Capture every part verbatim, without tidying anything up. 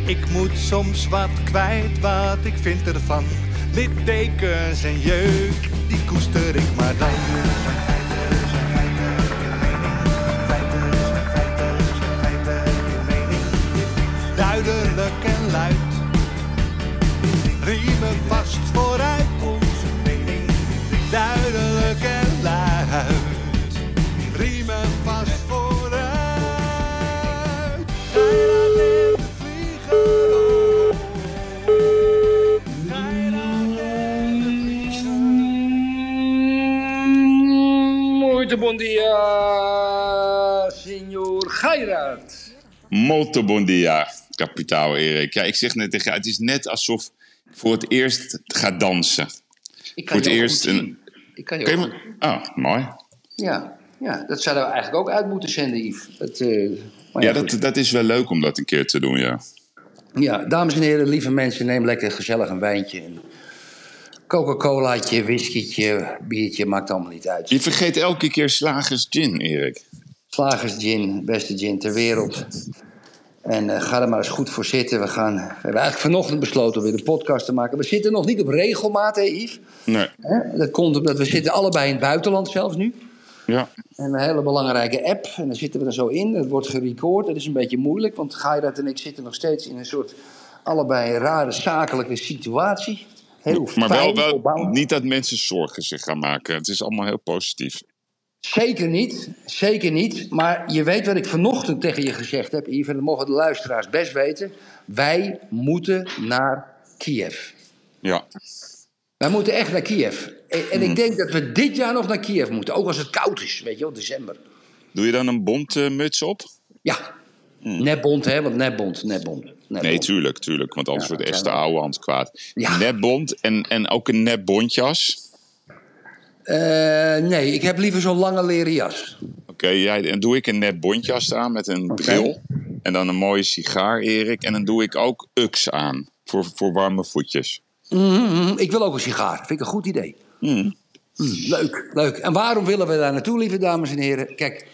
Ik moet soms wat kwijt, wat ik vind ervan. Littekens en jeuk, die koester ik maar dan. Duidelijk en luid, riemen vast vooruit, onze mening. Duidelijk en luid, riemen vast vooruit. Ga je laten vliegen? Ga je laten vliegen? Muito bom dia, signor Geirat. Molto bon dia, kapitaal Erik. Ja, ik zeg net tegen jou, het is net alsof ik voor het eerst ga dansen. Ik kan voor het je eerst ook een. Ik kan je Kun ook je goed... me... Oh, mooi. Ja, ja, dat zouden we eigenlijk ook uit moeten zenden, Yves. Dat, uh, maar ja, Ja, dat, dat is wel leuk om dat een keer te doen, ja. Ja, dames en heren, lieve mensen, neem lekker gezellig een wijntje. Een Coca-colaatje, whiskytje, biertje, maakt allemaal niet uit. Je vergeet elke keer Slagers Gin, Erik. Slagers gin, beste gin ter wereld. En uh, ga er maar eens goed voor zitten. We, gaan, we hebben eigenlijk vanochtend besloten om weer een podcast te maken. We zitten nog niet op regelmaat, hè, Yves? Nee. Hè? Dat komt omdat we zitten allebei in het buitenland zelfs nu. Ja. En een hele belangrijke app. En dan zitten we er zo in. Het wordt gerecord. Dat is een beetje moeilijk. Want Geirat en ik zitten nog steeds in een soort allebei rare zakelijke situatie. Heel Maar fijn, wel, wel opbouwend. niet dat mensen zorgen zich gaan maken. Het is allemaal heel positief. Zeker niet, zeker niet. Maar je weet wat ik vanochtend tegen je gezegd heb, Yves, en dat mogen de luisteraars best weten. Wij moeten naar Kiev. Ja. Wij moeten echt naar Kiev. En, en ik denk dat we dit jaar nog naar Kiev moeten. Ook als het koud is, weet je wel, december. Doe je dan een bontmuts op? Ja, nepbond, hè, want nepbond, nepbond. nepbond. Nee, tuurlijk, tuurlijk. Want anders Ja, wordt dat echt de zijn we. oude hand kwaad. Ja. Nepbont en, en ook een nepbontjas. Uh, nee, ik heb liever zo'n lange leren jas. Oké, okay, jij, en doe ik een nepbontjas aan met een Oké. bril. En dan een mooie sigaar, Erik. En dan doe ik ook Ux aan. Voor, voor warme voetjes. Mm-hmm, ik wil ook een sigaar. Vind ik een goed idee. Mm. Mm, leuk, leuk. En waarom willen we daar naartoe, lieve dames en heren? Kijk,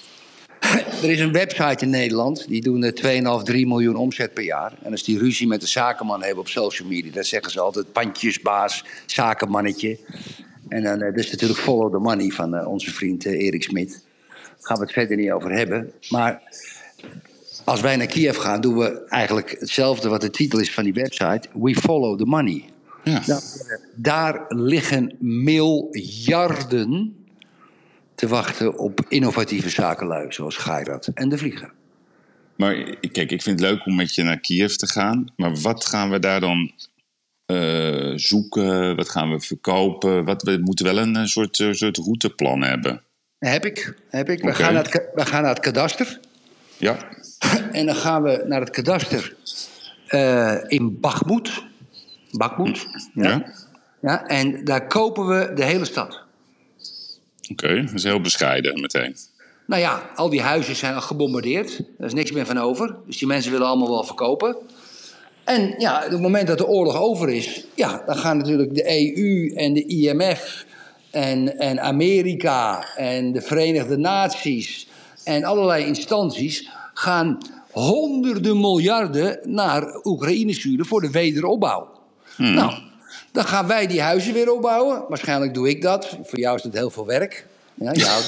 er is een website in Nederland. Die doen twee komma vijf, drie miljoen omzet per jaar. En als die ruzie met de zakenman hebben op social media, dan zeggen ze altijd pandjesbaas, zakenmannetje. En dan, uh, dat is natuurlijk follow the money van uh, onze vriend uh, Erik Smit. Daar gaan we het verder niet over hebben. Maar als wij naar Kiev gaan, doen we eigenlijk hetzelfde wat de titel is van die website. We follow the money. Ja. Nou, daar liggen miljarden te wachten op innovatieve zakenlui zoals Geirat en de Vlieger. Maar kijk, ik vind het leuk om met je naar Kiev te gaan. Maar wat gaan we daar dan uh, zoeken? Wat gaan we verkopen? Wat, we moeten wel een, een soort, uh, soort routeplan hebben. Heb ik, heb ik. We, Oké. gaan naar het, we gaan naar het kadaster. Ja. En dan gaan we naar het kadaster uh, in Bakhmut. Bakhmut. Ja. Ja. Ja. En daar kopen we de hele stad. Oké, okay, dat is heel bescheiden meteen. Nou ja, al die huizen zijn al gebombardeerd. Er is niks meer van over. Dus die mensen willen allemaal wel verkopen. En ja, op het moment dat de oorlog over is, ja, dan gaan natuurlijk de E U en de I M F en, en Amerika en de Verenigde Naties en allerlei instanties gaan honderden miljarden naar Oekraïne sturen voor de wederopbouw. Hmm. Nou, dan gaan wij die huizen weer opbouwen. Waarschijnlijk doe ik dat. Voor jou is het heel veel werk. Ja, ja.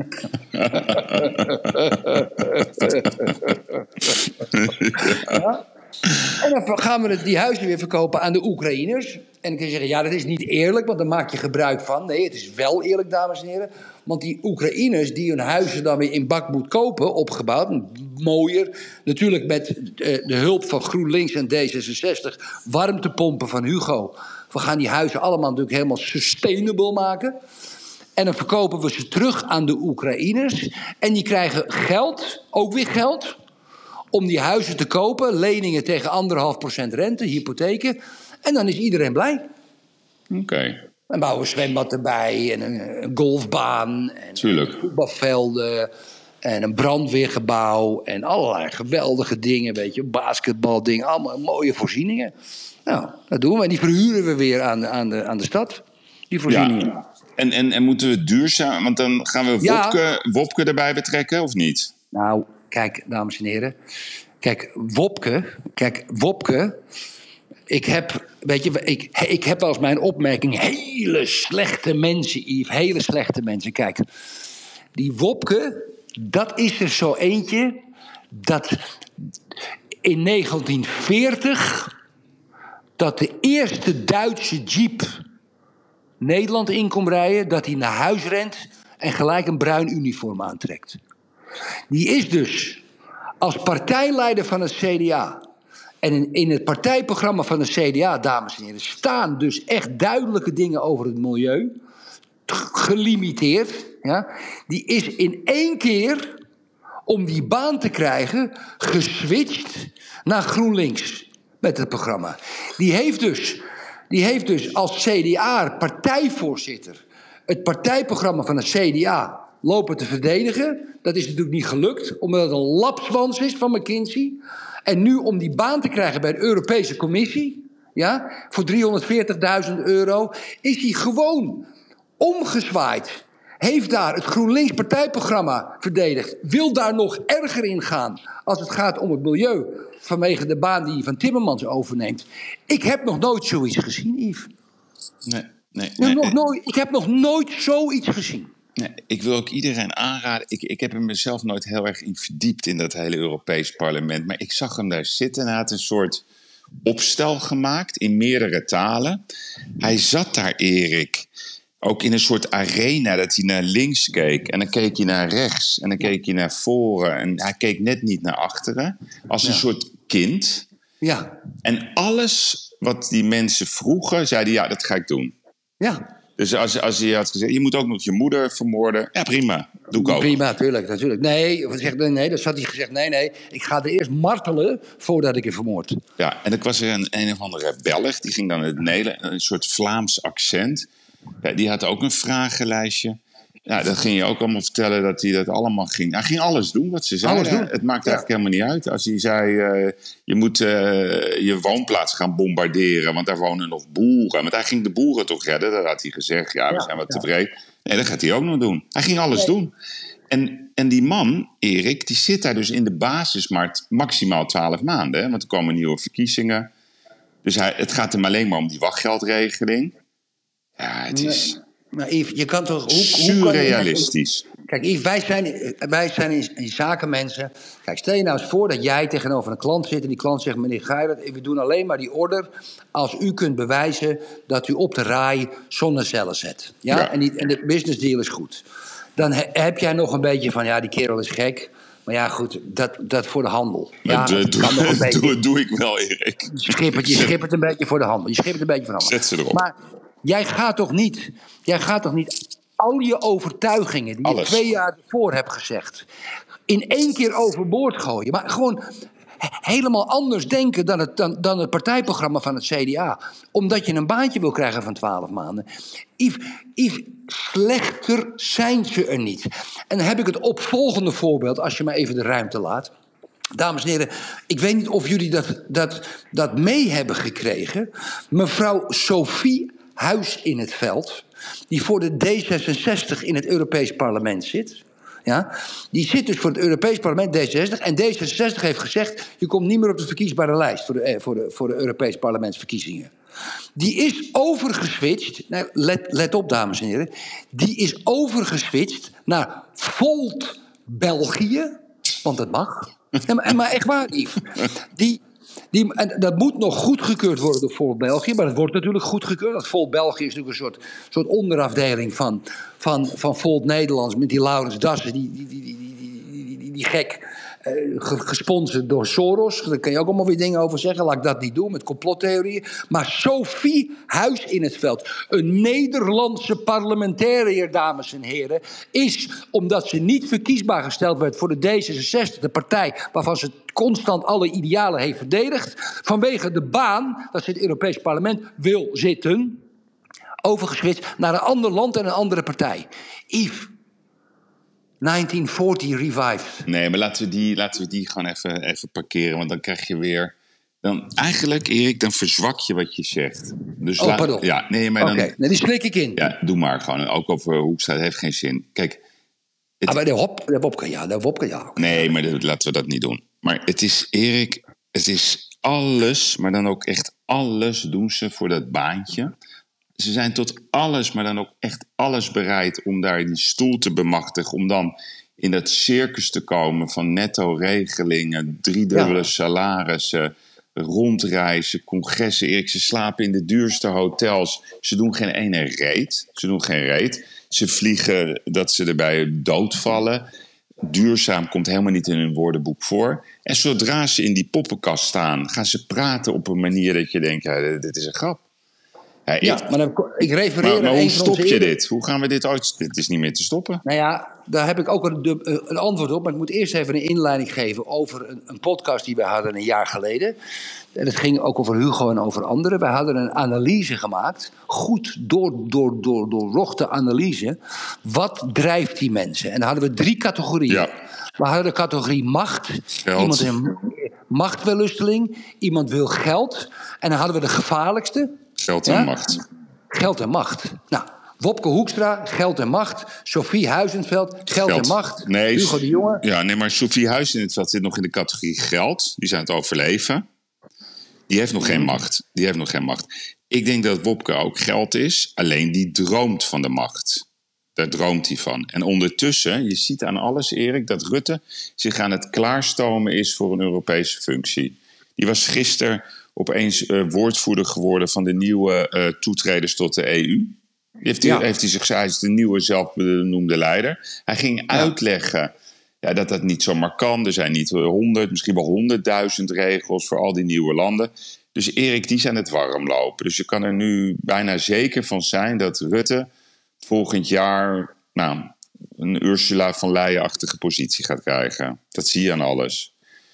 Ja. En dan gaan we die huizen weer verkopen aan de Oekraïners. En dan kun je zeggen, ja, dat is niet eerlijk, want daar maak je gebruik van. Nee, het is wel eerlijk, dames en heren. Want die Oekraïners die hun huizen dan weer in Bakhmut kopen, opgebouwd, mooier. Natuurlijk met de hulp van GroenLinks en D zesenzestig, warmtepompen van Hugo. We gaan die huizen allemaal natuurlijk helemaal sustainable maken. En dan verkopen we ze terug aan de Oekraïners. En die krijgen geld, ook weer geld, om die huizen te kopen. Leningen tegen anderhalf procent rente, hypotheken. En dan is iedereen blij. Oké. Okay. Dan bouwen we een zwembad erbij en een, een golfbaan. En Tuurlijk. voetbalvelden en een brandweergebouw. En allerlei geweldige dingen, weet je. Basketbaldingen, allemaal mooie voorzieningen. Nou, dat doen we. En die verhuren we weer aan de, aan de, aan de stad. Die voorzieningen. Ja. En, en, en moeten we duurzaam... Want dan gaan we Wopke, Ja. Wopke erbij betrekken, of niet? Nou, kijk, dames en heren. Kijk, Wopke, kijk, Wopke, ik heb, weet je, ik, ik heb als mijn opmerking hele slechte mensen, Yves, hele slechte mensen. Kijk, die Wopke, dat is er zo eentje dat in negentien veertig dat de eerste Duitse jeep Nederland in komt rijden, dat hij naar huis rent en gelijk een bruin uniform aantrekt. Die is dus als partijleider van het C D A. En in, in het partijprogramma van het C D A, dames en heren, staan dus echt duidelijke dingen over het milieu. Gelimiteerd. Ja. Die is in één keer, om die baan te krijgen, geswitcht naar GroenLinks met het programma. Die heeft dus, die heeft dus als C D A partijvoorzitter het partijprogramma van het C D A lopen te verdedigen. Dat is natuurlijk niet gelukt, omdat het een lapswans is van McKinsey. En nu om die baan te krijgen bij de Europese Commissie, ja, voor driehonderdveertigduizend euro, is hij gewoon omgezwaaid. Heeft daar het GroenLinks partijprogramma verdedigd. Wil daar nog erger in gaan als het gaat om het milieu, vanwege de baan die hij van Timmermans overneemt. Ik heb nog nooit zoiets gezien, Yves. Nee, nee, nee, nee, nog nee. Nooit, ik heb nog nooit zoiets gezien. Nee, ik wil ook iedereen aanraden. Ik, ik heb er mezelf nooit heel erg in verdiept in dat hele Europees parlement. Maar ik zag hem daar zitten. Hij had een soort opstel gemaakt in meerdere talen. Hij zat daar, Erik, ook in een soort arena dat hij naar links keek. En dan keek hij naar rechts. En dan keek hij naar voren. En hij keek net niet naar achteren. Als een ja. soort kind. Ja. En alles wat die mensen vroegen, zeiden ja, dat ga ik doen. Ja. Dus als, als hij had gezegd, je moet ook nog je moeder vermoorden. Ja, prima. Doe ik ook. Prima, natuurlijk. natuurlijk. Nee, nee, nee, dat had hij gezegd. Nee, nee, ik ga er eerst martelen voordat ik je vermoord. Ja, en dan was er een, een of andere Belg. Die ging dan in het Nederlands, een soort Vlaams accent. Ja, die had ook een vragenlijstje. Ja, dan ging je ook allemaal vertellen dat hij dat allemaal ging. Hij ging alles doen wat ze zeiden. Doen. Het maakt ja. eigenlijk helemaal niet uit. Als hij zei, uh, je moet uh, je woonplaats gaan bombarderen, want daar wonen nog boeren. Want hij ging de boeren toch redden. Dat had hij gezegd. Ja, we ja, zijn wat ja. tevreden. Nee, dat gaat hij ook nog doen. Hij ging alles nee. doen. En, en die man, Erik, die zit daar dus in de basismarkt maximaal twaalf maanden. Hè? Want er komen nieuwe verkiezingen. Dus hij, het gaat hem alleen maar om die wachtgeldregeling. Ja, het is... Nee. Maar Yves, je kan toch... Hoe, Surrealistisch. Hoe kan je, kijk, Yves, wij zijn, wij zijn in, in zakenmensen. Kijk, stel je nou eens voor dat jij tegenover een klant zit en die klant zegt, meneer Geirert, we doen alleen maar die order als u kunt bewijzen dat u op de raai zonnecellen zet. Ja? Ja. En, die, en de business deal is goed. Dan he, heb jij nog een beetje van, ja, die kerel is gek. Maar ja, goed, dat, dat voor de handel. Ja, dat doe, kan nog een beetje. Doe, doe ik wel, Erik. Je schippert, je schippert een beetje voor de handel. Je schippert een beetje voor de handel. Zet ze erop. Maar jij gaat toch niet, jij gaat toch niet al je overtuigingen die Alles. je twee jaar ervoor hebt gezegd, in één keer overboord gooien. Maar gewoon helemaal anders denken dan het, dan, dan het partijprogramma van het C D A. Omdat je een baantje wil krijgen van twaalf maanden. Yves, Yves, slechter zijn ze er niet. En dan heb ik het opvolgende voorbeeld, als je me even de ruimte laat. Dames en heren, ik weet niet of jullie dat, dat, dat mee hebben gekregen. Mevrouw Sophie Huis in het Veld, die voor de D zesenzestig in het Europees Parlement zit. Ja, die zit dus voor het Europees Parlement, D zesenzestig. En D zesenzestig heeft gezegd, je komt niet meer op de verkiesbare lijst voor de, voor de, voor de Europees Parlementsverkiezingen. Die is overgeswitcht, nou, let, let op dames en heren, die is overgeswitcht naar Volt België, want dat mag. Ja, maar, maar echt waar, Yves. Die... Die, en dat moet nog goedgekeurd worden door Volt België, maar dat wordt natuurlijk goedgekeurd. Dat Volt België is natuurlijk een soort, soort onderafdeling van, van, van Volt Nederlands met die Laurens Dassen, die, die, die, die, die, die, die, die gek, eh, gesponsord door Soros. Daar kan je ook allemaal weer dingen over zeggen. Laat ik dat niet doen met complottheorieën. Maar Sophie Huis in het Veld, een Nederlandse parlementariër, dames en heren, is, omdat ze niet verkiesbaar gesteld werd voor de D zesenzestig, de partij waarvan ze constant alle idealen heeft verdedigd, vanwege de baan dat ze in het Europees Parlement wil zitten, overgeswitcht naar een ander land en een andere partij. Yves, negentien veertig revived. Nee, maar laten we die, laten we die gewoon even, even parkeren, want dan krijg je weer... Dan, eigenlijk, Erik, dan verzwak je wat je zegt. Dus oh, la- pardon. Ja, nee, maar dan... Oké, okay. Nee, die slik ik in. Ja, doe maar gewoon. Ook over Hoekstra, het heeft geen zin. Kijk... Het... Ah, maar de Hop, de Wopke, ja, de Wopke, ja. Okay. Nee, maar de, laten we dat niet doen. Maar het is, Erik, het is alles, maar dan ook echt alles doen ze voor dat baantje. Ze zijn tot alles, maar dan ook echt alles bereid om daar die stoel te bemachtigen. Om dan in dat circus te komen van netto-regelingen, driedubbele ja. salarissen, rondreizen, congressen. Erik, ze slapen in de duurste hotels. Ze doen geen ene reet. Ze doen geen reet. Ze vliegen dat ze erbij doodvallen. Duurzaam komt helemaal niet in hun woordenboek voor. En zodra ze in die poppenkast staan, gaan ze praten op een manier dat je denkt, ja, dit is een grap. Ja, ik, ja maar dan, ik refereer maar, maar hoe stop je eerder... dit? Hoe gaan we dit ooit... Dit is niet meer te stoppen. Nou ja, daar heb ik ook een, een antwoord op. Maar ik moet eerst even een inleiding geven over een, een podcast die we hadden een jaar geleden. En het ging ook over Hugo en over anderen. We hadden een analyse gemaakt. Goed door, door, door, doorrochte analyse. Wat drijft die mensen? En dan hadden we drie categorieën. Ja. We hadden de categorie macht. Geld. Iemand is een machtwellusteling. Iemand wil geld. En dan hadden we de gevaarlijkste... Geld en ja? macht. Geld en macht. Nou, Wopke Hoekstra, geld en macht. Sophie Huizenveld, geld, geld. en macht. Nee, Hugo de Jonge. Ja, nee, maar Sophie Huizenveld zit nog in de categorie geld. Die zijn aan het overleven. Die heeft nog geen macht. Die heeft nog geen macht. Ik denk dat Wopke ook geld is. Alleen die droomt van de macht. Daar droomt hij van. En ondertussen, je ziet aan alles, Erik, dat Rutte zich aan het klaarstomen is voor een Europese functie. Die was gisteren opeens uh, woordvoerder geworden van de nieuwe uh, toetreders tot de E U. Heeft hij, ja. heeft hij zich, hij is de nieuwe zelfbenoemde leider. Hij ging ja. uitleggen ja, dat dat niet zomaar kan. Er zijn niet honderd, misschien wel honderdduizend regels voor al die nieuwe landen. Dus Erik, die zijn het warm lopen. Dus je kan er nu bijna zeker van zijn dat Rutte volgend jaar nou, een Ursula von Leyen-achtige positie gaat krijgen. Dat zie je aan alles.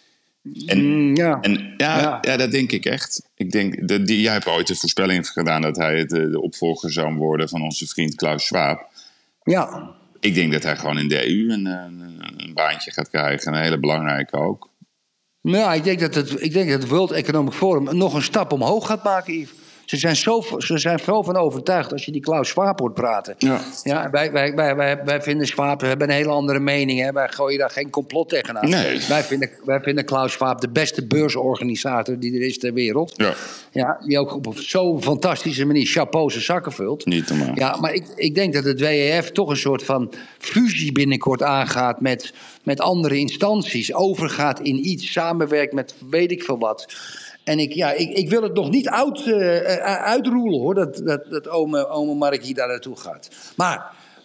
En, mm, ja. En ja, ja. ja, dat denk ik echt. Ik denk, de, die, jij hebt ooit de voorspelling gedaan dat hij de, de opvolger zou worden van onze vriend Klaus Schwab. Ja. Ik denk dat hij gewoon in de E U een, een, een baantje gaat krijgen. Een hele belangrijke ook. Nou, ik denk dat het, ik denk dat het World Economic Forum nog een stap omhoog gaat maken, Yves. Ze zijn, zo, ze zijn zo van overtuigd als je die Klaus Schwab hoort praten. Ja. Ja, wij, wij, wij, wij, wij vinden Schwab, we hebben een hele andere mening. Hè? Wij gooien daar geen complot tegenaan. Nee. Wij, vinden, wij vinden Klaus Schwab de beste beursorganisator die er is ter wereld. Ja. Ja, die ook op zo'n fantastische manier chapeau zijn zakken vult. Niet normaal. Ja, maar ik, ik denk dat het W E F toch een soort van fusie binnenkort aangaat met, met andere instanties. Overgaat in iets, samenwerkt met weet ik veel wat. En ik, ja, ik, ik wil het nog niet uit, uh, uitroelen, hoor, dat, dat, dat ome, ome Mark hier daar naartoe gaat. Maar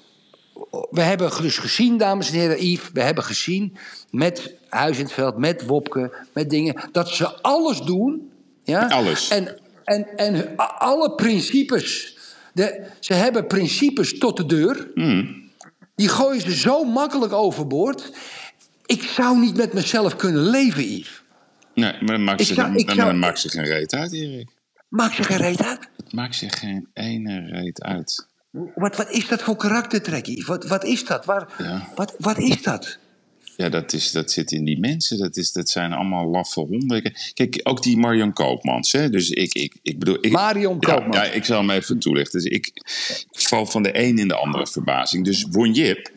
we hebben dus gezien, dames en heren, Yves, we hebben gezien met Huizenveld, met Wopke, met dingen, dat ze alles doen. Ja? Alles. En, en, en alle principes, de, ze hebben principes tot de deur. Mm. Die gooien ze zo makkelijk overboord. Ik zou niet met mezelf kunnen leven, Yves. Nee, maar dan maakt, zich, zou, zou, dan maakt zich geen reet uit, Erik. Maakt zich geen reet uit? Het maakt zich geen ene reet uit. Wat, wat is dat voor karaktertrekkie? Wat, wat is dat? Waar, ja. wat, wat is dat? Ja, dat, is, dat zit in die mensen. Dat, is, dat zijn allemaal laffe honden. Kijk, ook die Marion Koopmans. Hè? Dus ik, ik, ik bedoel... Ik, Marion Koopmans. Ja, ja, ik zal hem even toelichten. Dus ik, ik val van de een in de andere verbazing. Dus Won Jip...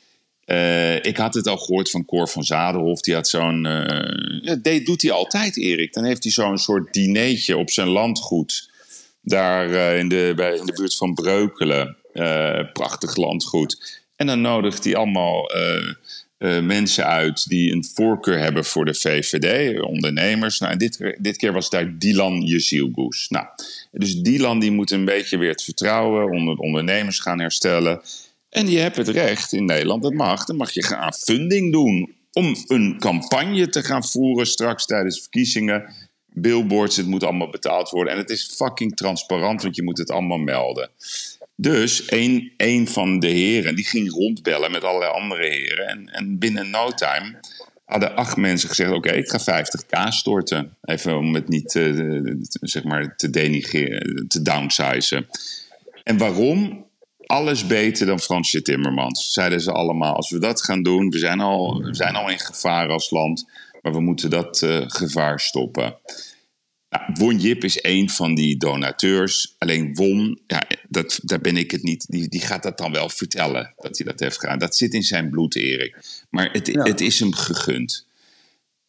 Uh, ik had het al gehoord van Cor van Zadenhof. Die had zo'n... Uh, ja, dat doet hij altijd, Erik. Dan heeft hij zo'n soort dineetje op zijn landgoed. Daar uh, in, de, bij, in de buurt van Breukelen. Uh, prachtig landgoed. En dan nodigt hij allemaal uh, uh, mensen uit die een voorkeur hebben voor de V V D. Ondernemers. Nou, dit, dit keer was daar Dylan Jezielgoes. Nou, dus Dylan die moet een beetje weer het vertrouwen onder de ondernemers gaan herstellen. En je hebt het recht in Nederland, dat mag. Dan mag je gaan funding doen om een campagne te gaan voeren straks tijdens verkiezingen. Billboards, het moet allemaal betaald worden. En het is fucking transparant, want je moet het allemaal melden. Dus een, een van de heren, die ging rondbellen met allerlei andere heren. En, en binnen no time hadden acht mensen gezegd, oké, okay, ik ga vijftig k storten. Even om het niet uh, zeg maar te denigeren, te downsizen. En waarom? Alles beter dan Fransje Timmermans, zeiden ze allemaal. Als we dat gaan doen, we zijn al, we zijn al in gevaar als land, maar we moeten dat uh, gevaar stoppen. Nou, Won Jip is een van die donateurs. Alleen Won, ja, dat, daar ben ik het niet. Die, die gaat dat dan wel vertellen, dat hij dat heeft gedaan. Dat zit in zijn bloed, Erik. Maar het, ja. het is hem gegund.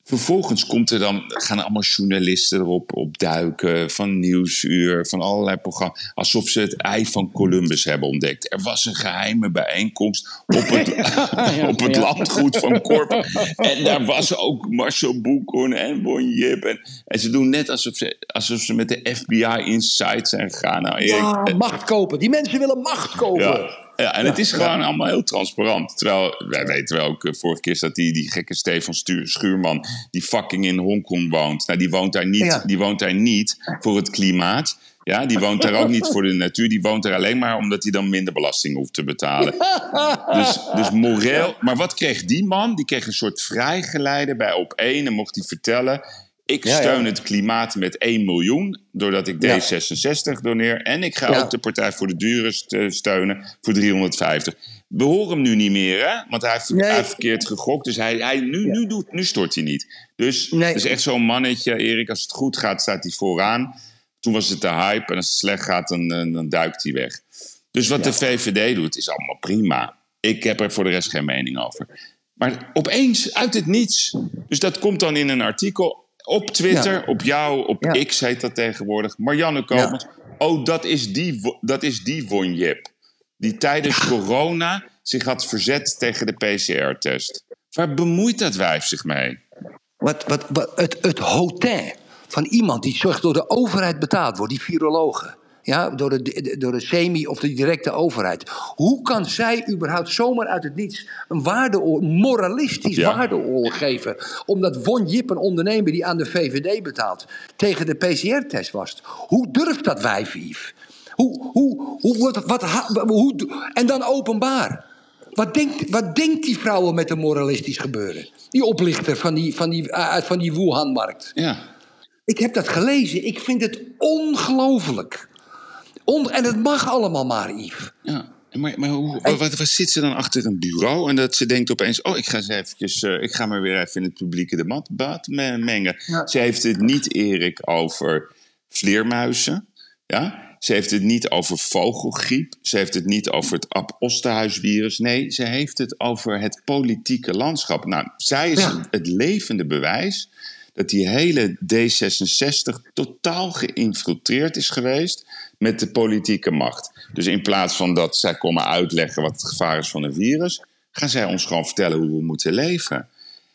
Vervolgens komt er dan, gaan allemaal journalisten erop op duiken, van Nieuwsuur, van allerlei programma's, alsof ze het ei van Columbus hebben ontdekt. Er was een geheime bijeenkomst op het, ja, op het ja. landgoed van Corp. En daar was ook Marcel Boekhoorn en Won Jip. En, en ze doen net alsof ze, alsof ze met de F B I inside zijn gegaan. Nou, Erik, ja, macht kopen. Die mensen willen macht kopen. Ja. Ja, en ja, het is gewoon ja. allemaal heel transparant. Terwijl, wij weten wel ook, uh, vorige keer dat die, die gekke Stefan Schuurman, die fucking in Hongkong woont. Nou, die woont daar niet, ja. die woont daar niet voor het klimaat. Ja, die woont daar ook niet voor de natuur. Die woont daar alleen maar omdat hij dan minder belasting hoeft te betalen. Dus, dus moreel. Maar wat kreeg die man? Die kreeg een soort vrijgeleide bij Op één en mocht hij vertellen: ik steun ja, ja. het klimaat met één miljoen, doordat ik D zesenzestig ja. doneer. En ik ga ja. ook de Partij voor de Dieren steunen voor driehonderdvijftig. We horen hem nu niet meer, hè? Want hij heeft, nee. hij heeft verkeerd gegokt. Dus hij, hij, nu, ja. nu, doet, nu stort hij niet. Dus het nee. is echt zo'n mannetje, Erik. Als het goed gaat, staat hij vooraan. Toen was het de hype. En als het slecht gaat, dan, dan duikt hij weg. Dus wat ja. de V V D doet, is allemaal prima. Ik heb er voor de rest geen mening over. Maar opeens, uit het niets. Dus dat komt dan in een artikel op Twitter, ja. op jou, op ja. X heet dat tegenwoordig. Marianne Koopmans. Ja. Oh, dat is die, dat is die Won Jip. Die tijdens ja. corona zich had verzet tegen de P C R-test. Waar bemoeit dat wijf zich mee? Wat, wat, wat, het, het hotin van iemand die zorgt door de overheid betaald wordt, die virologen. Ja, door de, door de semi- of de directe overheid. Hoe kan zij überhaupt zomaar uit het niets een waardeoordeel, moralistisch ja. waardeoordeel geven? Omdat Won Jip, een ondernemer die aan de V V D betaalt, tegen de P C R-test was. Hoe durft dat wijf, Yves? Hoe, hoe, hoe, wat, wat, hoe, en dan openbaar. Wat denkt, wat denkt die vrouwen met een moralistisch gebeuren? Die oplichter van die, van die, uh, van die Wuhan-markt. Ja. Ik heb dat gelezen. Ik vind het ongelooflijk. On- en het mag allemaal maar, Yves. Ja, maar, maar hoe, wat, wat zit ze dan achter een bureau? En dat ze denkt opeens, oh, ik ga, eens eventjes, uh, ik ga me weer even in het publieke debat mengen. Ja. Ze heeft het niet, Erik, over vleermuizen. Ja? Ze heeft het niet over vogelgriep. Ze heeft het niet over het Ab Osterhuisvirus. Nee, ze heeft het over het politieke landschap. Nou, zij is ja. het levende bewijs dat die hele D zesenzestig totaal geïnfiltreerd is geweest met de politieke macht. Dus in plaats van dat zij komen uitleggen wat het gevaar is van een virus, gaan zij ons gewoon vertellen hoe we moeten leven.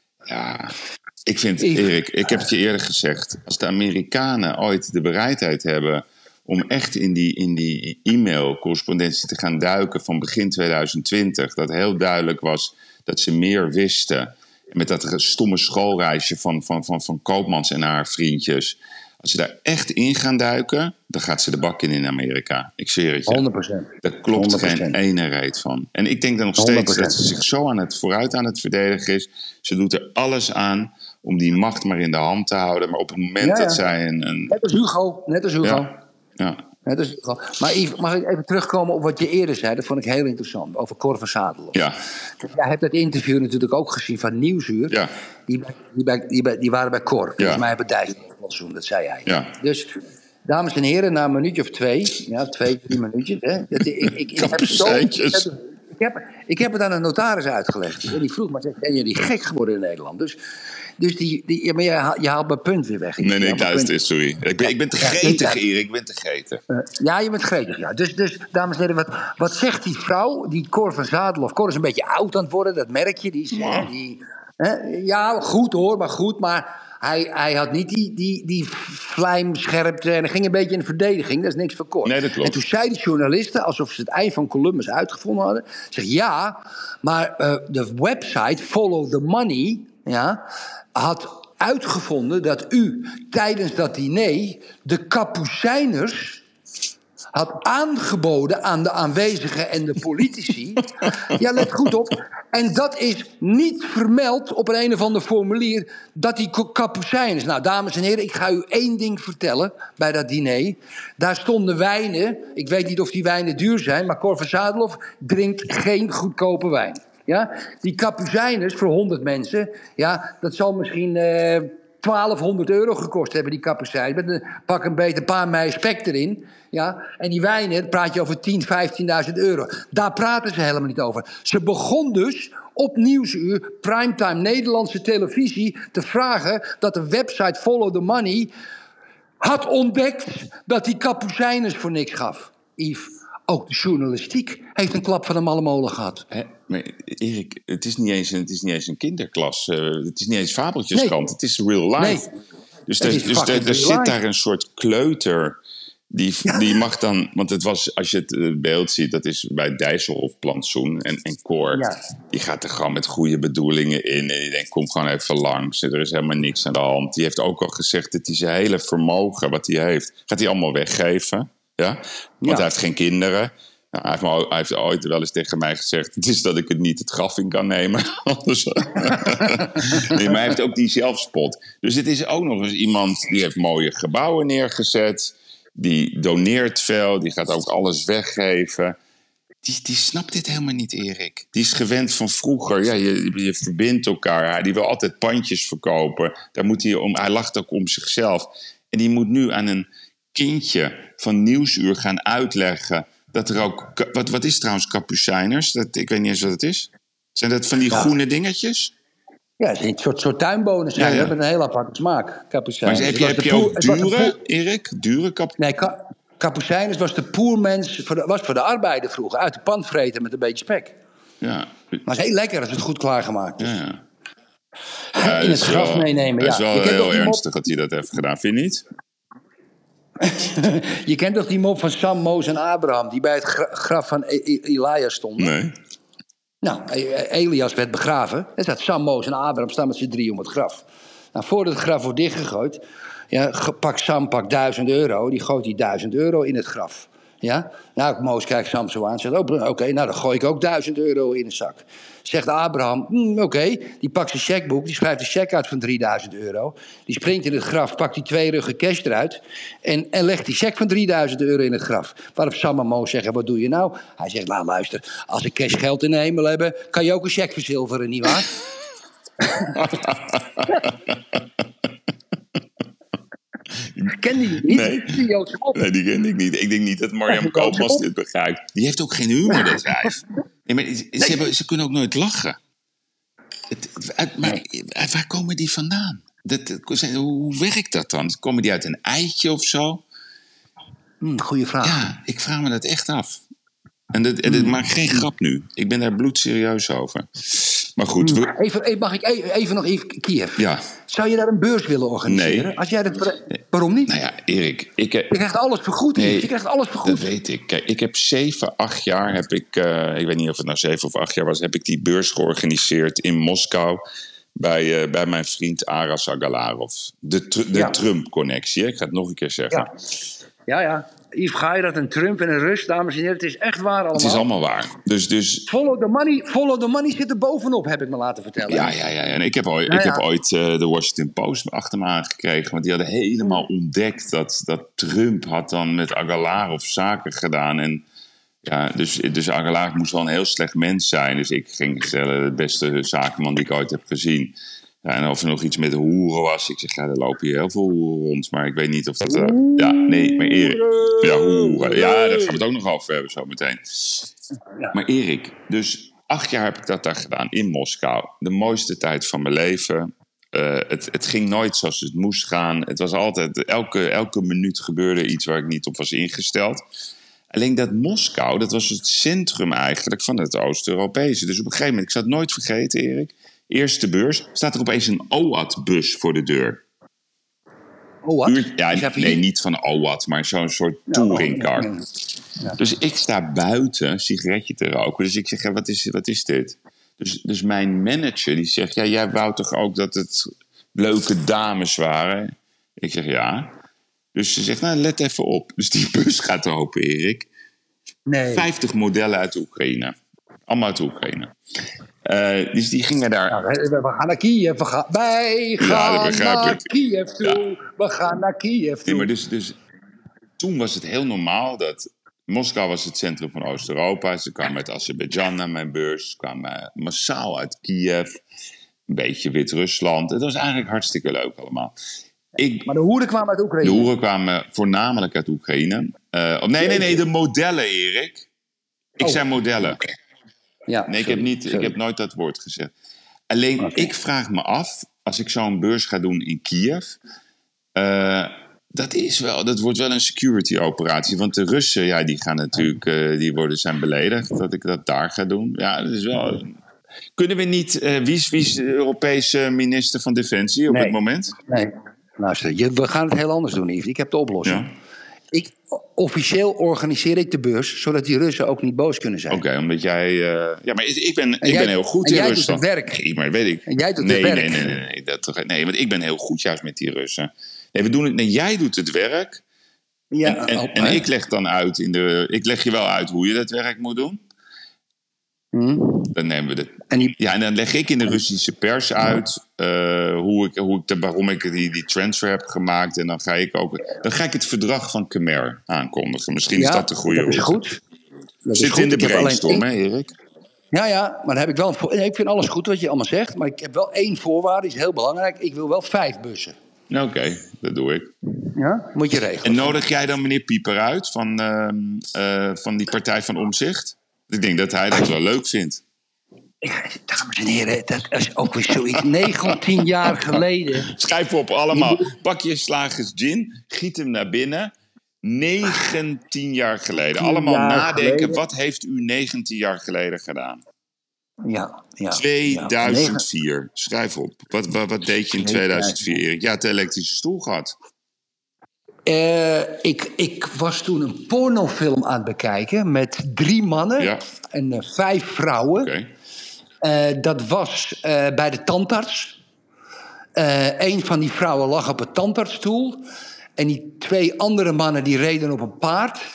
Ja, ik vind, Erik, ik heb het je eerder gezegd, als de Amerikanen ooit de bereidheid hebben om echt in die, in die e-mail-correspondentie te gaan duiken van begin tweeduizend twintig, dat heel duidelijk was dat ze meer wisten, met dat stomme schoolreisje van, van, van, van Koopmans en haar vriendjes. Als ze daar echt in gaan duiken, dan gaat ze de bak in in Amerika. Ik zweer het je. honderd procent. Daar klopt honderd procent. Geen ene reet van. En ik denk dan nog steeds honderd procent. Dat ze zich zo aan het vooruit aan het verdedigen is. Ze doet er alles aan om die macht maar in de hand te houden. Maar op het moment ja, ja. dat zij een, een... Net als Hugo. Net als Hugo. Ja. ja. Net als Hugo. Maar Yves, mag ik even terugkomen op wat je eerder zei? Dat vond ik heel interessant. Over Cor van Zadelof. Ja. Jij hebt dat interview natuurlijk ook gezien van Nieuwsuur. Ja. Die, die, bij, die, bij, die waren bij Cor. Volgens ja. mij hebben Dijsselbloem, dat zei hij. Ja. Dus, dames en heren, na een minuutje of twee, ja, twee, drie minuutjes. Hè, dat, ik, ik, ik, heb zo, ik, heb, ik, heb, ik heb het aan een notaris uitgelegd. En die vroeg maar, ben jullie gek geworden in Nederland? Dus, dus die, die, ja, maar je, haalt, je haalt mijn punt weer weg. Nee, nee, ik luister, sorry. Ik ben, ik ben te gretig, Erik, ik ben te gretig. Uh, ja, je bent gretig, ja. Dus, dus dames en heren, wat, wat zegt die vrouw, die Cor van Zadelof? Cor is een beetje oud aan het worden, dat merk je. Die, ja. Die, hè, ja, goed hoor, maar goed, maar hij, hij had niet die, die, die vlijmscherpte en hij ging een beetje in de verdediging. Dat is niks voor Cor. Nee, dat klopt. En toen zeiden de journalisten, alsof ze het ei van Columbus uitgevonden hadden, zeg ja, maar uh, de website Follow the Money, ja, had uitgevonden dat u tijdens dat diner de Kapucijners had aangeboden aan de aanwezigen en de politici. Ja, let goed op. En dat is niet vermeld op een, een of ander formulier dat die Kapucijners. Nou, dames en heren, ik ga u één ding vertellen bij dat diner. Daar stonden wijnen. Ik weet niet of die wijnen duur zijn, maar Cor van Zadelof drinkt geen goedkope wijn. Ja? Die Kapucijners voor honderd mensen, ja, dat zal misschien uh, twaalfhonderd euro gekost hebben, die Kapucijns. Met een pak een beetje een paar mei spek erin. Ja? En die wijnen, praat je over tien, vijftienduizend euro. Daar praten ze helemaal niet over. Ze begon dus op Nieuwsuur, primetime Nederlandse televisie, te vragen dat de website Follow the Money had ontdekt dat die kapucijnes voor niks gaf. Yves, ook de journalistiek heeft een klap van de malle molen gehad. Hè? Maar Erik, het is niet eens een, het is niet eens een kinderklas. Uh, het is niet eens fabeltjeskrant. Nee. Het is real life. Nee. Dus er, dus er, er zit daar een soort kleuter. Die, die mag dan, want het was, als je het beeld ziet, dat is bij Dijsselhof Plantsoen en, en Cor. Ja. Die gaat er gewoon met goede bedoelingen in. En die denkt, kom gewoon even langs. Er is helemaal niks aan de hand. Die heeft ook al gezegd dat hij zijn hele vermogen, wat hij heeft, gaat hij allemaal weggeven. Ja? Want ja. hij heeft geen kinderen. Nou, hij, heeft me, hij heeft ooit wel eens tegen mij gezegd, het is dat ik het niet het graf in kan nemen. Nee, maar hij heeft ook die zelfspot. Dus het is ook nog eens iemand die heeft mooie gebouwen neergezet. Die doneert veel, die gaat ook alles weggeven. Die, die snapt dit helemaal niet, Erik. Die is gewend van vroeger. Ja, je, je verbindt elkaar. Die wil altijd pandjes verkopen. Daar moet hij, om, hij lacht ook om zichzelf. En die moet nu aan een kindje van Nieuwsuur gaan uitleggen dat er ook... Wat, wat is trouwens kapucijners? Dat, ik weet niet eens wat het is. Zijn dat van die ja. groene dingetjes? Ja, het is een soort, soort tuinbonen zijn. Ja, ja. Met een heel aparte smaak. Kapucijnen. Maar heb je, heb je poer, ook dure, Erik? Dure kapucijnen? Nee, ka, kapucijnen was de poermens, voor de, was voor de arbeider vroeger. Uit de pan vreten met een beetje spek. Ja. Maar het is heel lekker als het goed klaargemaakt is. Ja, ja. Ja, in het graf wel, meenemen. Het is ja. wel heel ernstig dat hij dat heeft gedaan, vind je niet? Je kent toch die mop van Sam, Mozes en Abraham, die bij het graf van Elia stonden? Nee. Nou, Elias werd begraven. Er staat Sam, Mozes en Abraham staan met z'n drie om het graf. Nou, voordat het graf wordt dichtgegooid, ja, pakt Sam pakt duizend euro. Die gooit die duizend euro in het graf. Ja? Nou, Mozes kijkt Sam zo aan en zegt, oh, oké, okay, nou dan gooi ik ook duizend euro in een zak. Zegt Abraham, hm, oké, okay. Die pakt zijn checkboek, die schrijft een cheque uit van drieduizend euro. Die springt in het graf, pakt die twee ruggen cash eruit en, en legt die cheque van drieduizend euro in het graf. Waarop Sam en Mozes zeggen, wat doe je nou? Hij zegt, nou luister, als ik cash geld in de hemel heb, kan je ook een cheque verzilveren, nietwaar? Ken die niet? Nee. Die Joodse mop. Nee, die ken ik niet. Ik denk niet dat Marjam ja, Koopmans dit begrijpt. Die heeft ook geen humor, dat wijf. Nee, maar ze, nee. Hebben, ze kunnen ook nooit lachen. Het, uit, maar nee. uit, waar komen die vandaan? Dat, hoe werkt dat dan? Komen die uit een eitje of zo? Hmm, goeie vraag. Ja, ik vraag me dat echt af. En dat, en dat maakt geen grap nu. Ik ben daar bloedserieus over. Maar goed. We... Even, mag ik even, even nog even Kiev? Ja. Zou je daar een beurs willen organiseren? Nee. Als jij dat... Waarom niet? Nou ja, Erik. Ik, je krijgt alles vergoed. Nee, je krijgt alles vergoed. Dat weet ik. Kijk, ik heb zeven, acht jaar heb ik... Uh, ik weet niet of het nou zeven of acht jaar was... heb ik die beurs georganiseerd in Moskou... bij, uh, bij mijn vriend Aras Agalarov. De, tr- de ja. Trump-connectie. Ik ga het nog een keer zeggen. Ja, ja. ja. Yves Geirat en Trump en een Rus, dames en heren. Het is echt waar allemaal. Het is allemaal waar. Dus, dus... Follow the money, follow the money zit er bovenop, heb ik me laten vertellen. Ja, ja, ja. En ik heb ooit, nou, ik ja. heb ooit uh, de Washington Post achter me aangekregen. Want die hadden helemaal ontdekt dat, dat Trump had dan met Agalarov zaken gedaan. En ja, dus, dus Agalarov moest wel een heel slecht mens zijn. Dus ik ging stellen, de beste zakenman die ik ooit heb gezien. Ja, en of er nog iets met hoeren was. Ik zeg, ja, er lopen hier heel veel hoeren rond. Maar ik weet niet of dat... Uh, ja, nee, maar Erik... Ja, hoeren. Ja, daar gaan we het ook nog over hebben zo meteen. Ja. Maar Erik, dus acht jaar heb ik dat daar gedaan in Moskou. De mooiste tijd van mijn leven. Uh, het, het ging nooit zoals het moest gaan. Het was altijd... Elke, elke minuut gebeurde iets waar ik niet op was ingesteld. Alleen dat Moskou, dat was het centrum eigenlijk van het Oost-Europese. Dus op een gegeven moment... Ik zal het nooit vergeten, Erik... Eerste beurs, staat er opeens een O A T-bus voor de deur. O A T? Uur, ja, nee, niet van O A T, maar zo'n soort touringcar. Ja, ja, ja. Dus ik sta buiten een sigaretje te roken. Dus ik zeg, ja, wat, is, wat is dit? Dus, dus mijn manager die zegt, ja, jij wou toch ook dat het leuke dames waren? Ik zeg, ja. Dus ze zegt, nou, let even op. Dus die bus gaat open, Erik. Nee. vijftig modellen uit de Oekraïne. Allemaal uit de Oekraïne. Uh, dus die gingen daar... Ja, we gaan naar Kiev. We gaan, wij gaan ja, naar ik. Kiev toe. Ja. We gaan naar Kiev toe. Nee, maar dus, dus, toen was het heel normaal dat... Moskou was het centrum van Oost-Europa. Ze kwamen uit Azerbeidzjan naar mijn beurs. Ze kwamen massaal uit Kiev. Een beetje Wit-Rusland. Het was eigenlijk hartstikke leuk allemaal. Ik, maar de hoeren kwamen uit Oekraïne? De hoeren kwamen voornamelijk uit Oekraïne. Uh, oh, nee, nee, nee, de modellen, Erik. Ik oh. zei modellen. Ja, Nee, ik sorry, heb, niet, sorry. ik heb nooit dat woord gezegd. Alleen, Okay. ik vraag me af, als ik zo'n beurs ga doen in Kiev... Uh, dat, is wel, dat wordt wel een security-operatie. Want de Russen, ja, die gaan natuurlijk... Uh, die worden, zijn beledigd dat ik dat daar ga doen. Ja, dat is wel... Kunnen we niet... Uh, wie, is, wie is de Europese minister van Defensie op nee, het moment? Nee, luister, je, we gaan het heel anders doen, Yves. Ik heb de oplossing. Ja. Ik, officieel organiseer ik de beurs, zodat die Russen ook niet boos kunnen zijn. Oké, okay, omdat jij... Uh, ja, maar ik ben, ik jij, ben heel goed in Rusland. Jij doet het werk. Nee, maar weet ik. En jij doet nee, het werk. Nee, nee, nee, nee, dat, nee, want ik ben heel goed juist met die Russen. Nee, we doen het, nee jij doet het werk. Ja, en, en, oh, en ik leg dan uit in de... Ik leg je wel uit hoe je dat werk moet doen. Hmm. Dan nemen we de... En die... Ja, en dan leg ik in de Russische pers uit... Uh, hoe ik, hoe ik de, waarom ik die, die transfer heb gemaakt. En dan ga ik ook... Dan ga ik het verdrag van Khmer aankondigen. Misschien ja, is dat de goede dat is route. goed. Dat Zit is goed. in de ik brainstorm, hè Erik? Ja, ja, maar dan heb ik wel... Een... Nee, ik vind alles goed wat je allemaal zegt. Maar ik heb wel één voorwaarde, die is heel belangrijk. Ik wil wel vijf bussen. Oké, okay, dat doe ik. Ja, moet je regelen. En nodig jij dan meneer Pieper uit van, uh, uh, van die Partij van Omzicht? Ik denk dat hij dat wel leuk vindt. Ja, dames en heren, dat is ook weer zoiets. negentien jaar geleden. Schrijf op allemaal. Pak je slagers gin, giet hem naar binnen. negentien jaar geleden. Allemaal jaar nadenken, geleden. Wat heeft u negentien jaar geleden gedaan? Ja, ja. tweeduizend vier. Ja. Schrijf op. Wat, wat, wat deed je in tweeduizend vier, Erik? Je had de elektrische stoel gehad. Uh, ik, ik was toen een pornofilm aan het bekijken met drie mannen ja. en uh, vijf vrouwen. Okay. Uh, dat was uh, bij de tandarts. Uh, een van die vrouwen lag op een tandartsstoel. En die twee andere mannen die reden op een paard.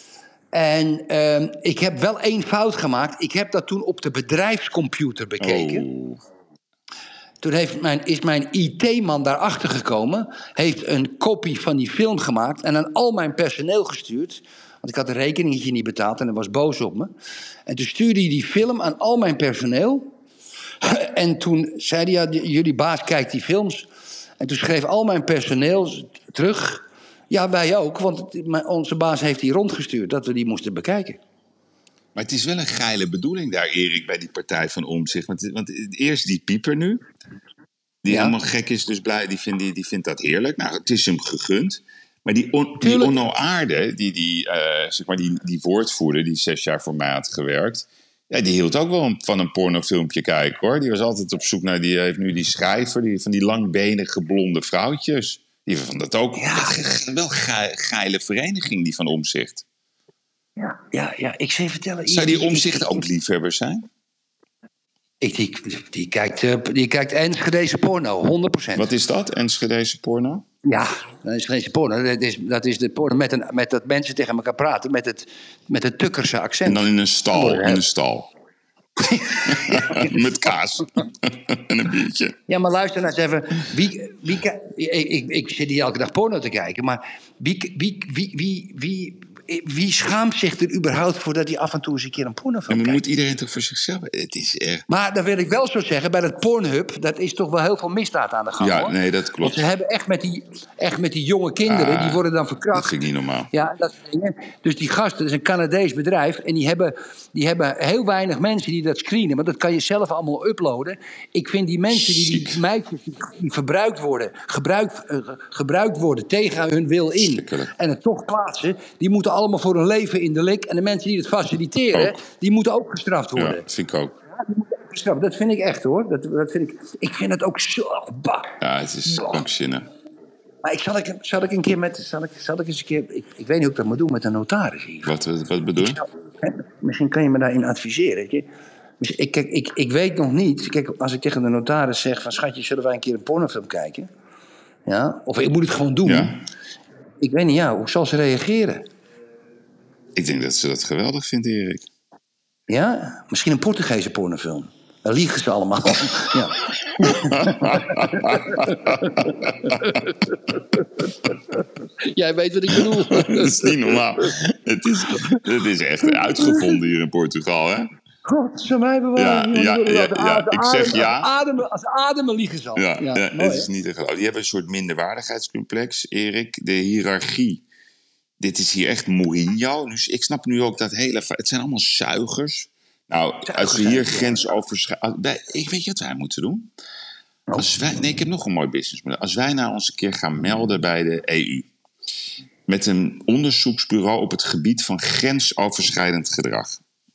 En uh, ik heb wel één fout gemaakt. Ik heb dat toen op de bedrijfscomputer bekeken. Oh. Toen heeft mijn, is mijn I T-man daarachter gekomen. Heeft een kopie van die film gemaakt. En aan al mijn personeel gestuurd. Want ik had een rekeningetje niet betaald. En hij was boos op me. En toen stuurde hij die film aan al mijn personeel. En toen zei hij, ja, jullie baas kijkt die films. En toen schreef al mijn personeel terug. Ja, wij ook. Want onze baas heeft die rondgestuurd. Dat we die moesten bekijken. Maar het is wel een geile bedoeling daar, Erik, bij die Partij van Omzicht. Want, want eerst die Pieper nu. Die ja. helemaal gek is, dus blij. Die vindt, die, die vindt dat heerlijk. Nou, het is hem gegund. Maar die, on, die Onno Aarde, die, die, uh, zeg maar die, die woordvoerder die zes jaar voor mij had gewerkt. Ja, die hield ook wel van een pornofilmpje kijken, hoor. Die was altijd op zoek naar, die heeft nu die schrijver, die, van die langbenige blonde vrouwtjes. Die vond dat ook ja. wel ge, geile vereniging, die van Omzicht. Ja, ja, ja, ik zou je vertellen... Zou die Omzicht ook liefhebber zijn? Ik, die, die, kijkt, die kijkt Enschedese porno, honderd procent. Wat is dat, Enschedese porno? Ja, Enschedese porno. Dat is, dat is de porno met, een, met dat mensen tegen elkaar praten met het, met het Tukkerse accent. En dan in een stal, in een stal. Met kaas. En een biertje. Ja, maar luister nou eens even. Wie, wie, ik, ik, ik zit hier elke dag porno te kijken, maar wie... wie, wie, wie, wie Wie schaamt zich er überhaupt voor dat hij af en toe eens een keer een pornofilm kijkt? Moet iedereen toch voor zichzelf? Het is echt... Maar dan wil ik wel zo zeggen, bij dat Pornhub, dat is toch wel heel veel misdaad aan de gang, ja, hoor. Nee, dat klopt. Want ze hebben echt met die, echt met die jonge kinderen, ah, die worden dan verkracht. Dat vind ik niet normaal. Ja, dat soort dingen. Dus die gasten, dat is een Canadees bedrijf, en die hebben, die hebben heel weinig mensen die dat screenen, want dat kan je zelf allemaal uploaden. Ik vind die mensen, die, die meisjes die, die verbruikt worden, gebruikt, uh, gebruikt worden tegen hun wil in, en het toch plaatsen, die moeten allemaal voor hun leven in de lik. En de mensen die het faciliteren, ook. die moeten ook gestraft worden. Ja, dat vind ik ook. Ja, die moeten ook gestraft. Dat vind ik echt, hoor. Dat, dat vind ik, ik vind het ook zo... Bah. Ja, het is krankzinnig. Maar ik, zal, ik, zal ik een keer met... Zal ik, zal ik eens een keer... Ik, ik weet niet hoe ik dat moet doen met een notaris hier. Wat, wat, wat bedoel je? Zal, hè, misschien kan je me daarin adviseren. Weet je? Ik, kijk, ik, ik weet nog niet... Kijk, als ik tegen de notaris zeg van... Schatje, zullen wij een keer een pornofilm kijken? Ja? Of ik moet het gewoon doen. Ja. Ik weet niet, ja. Hoe zal ze reageren? Ik denk dat ze dat geweldig vindt, Erik. Ja? Misschien een Portugese pornofilm. Dan liegen ze allemaal. Ja. Jij weet wat ik bedoel. Dat is niet normaal. Het is, het is echt uitgevonden hier in Portugal, hè? God, ze mij bewaren. Ja, ja, ja, ja, ja. Ik zeg ja. Als ademen, als ademen liegen ze al. Ja, ja, ja, mooi, het is niet te geloven. Die hebben een soort minderwaardigheidscomplex, Erik. De hiërarchie. Dit is hier echt Mourinho. Dus ik snap nu ook dat hele... Het zijn allemaal zuigers. Nou, als we hier grensoverschrijdend... Ik weet je wat wij moeten doen? Als wij, nee, ik heb nog een mooi businessmodel. Als wij nou ons een keer gaan melden bij de E U... met een onderzoeksbureau op het gebied van grensoverschrijdend gedrag.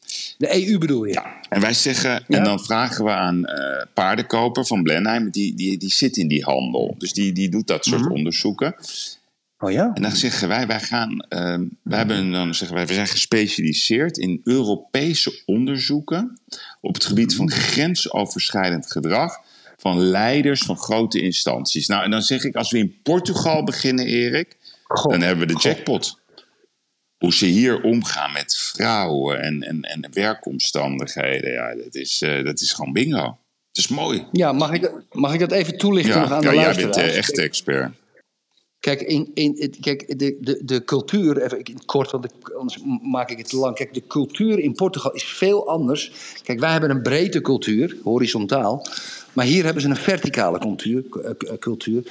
De E U bedoel je? Ja, en wij zeggen... Ja. En dan vragen we aan uh, Paardenkoper van Blenheim... Die, die, die zit in die handel. Dus die, die doet dat soort Mm-hmm. onderzoeken. Oh ja? En dan zeggen wij, wij gaan, uh, wij hebben dan zeggen wij, we zijn gespecialiseerd in Europese onderzoeken op het gebied van grensoverschrijdend gedrag van leiders van grote instanties. Nou, en dan zeg ik, als we in Portugal beginnen, Erik, God, dan hebben we de God. jackpot. Hoe ze hier omgaan met vrouwen en, en, en werkomstandigheden, ja, dat is, uh, dat is gewoon bingo. Het is mooi. Ja, mag ik, dat- mag ik dat even toelichten nog Ja, aan ja de jij luisteraars? bent de echte expert. Kijk, in, in, het- kijk de, de, de cultuur, even in het kort, want ik, anders maak ik het te lang. Kijk, de cultuur in Portugal is veel anders. Kijk, wij hebben een breedte cultuur, horizontaal. Maar hier hebben ze een verticale cultuur, eh, cultuur.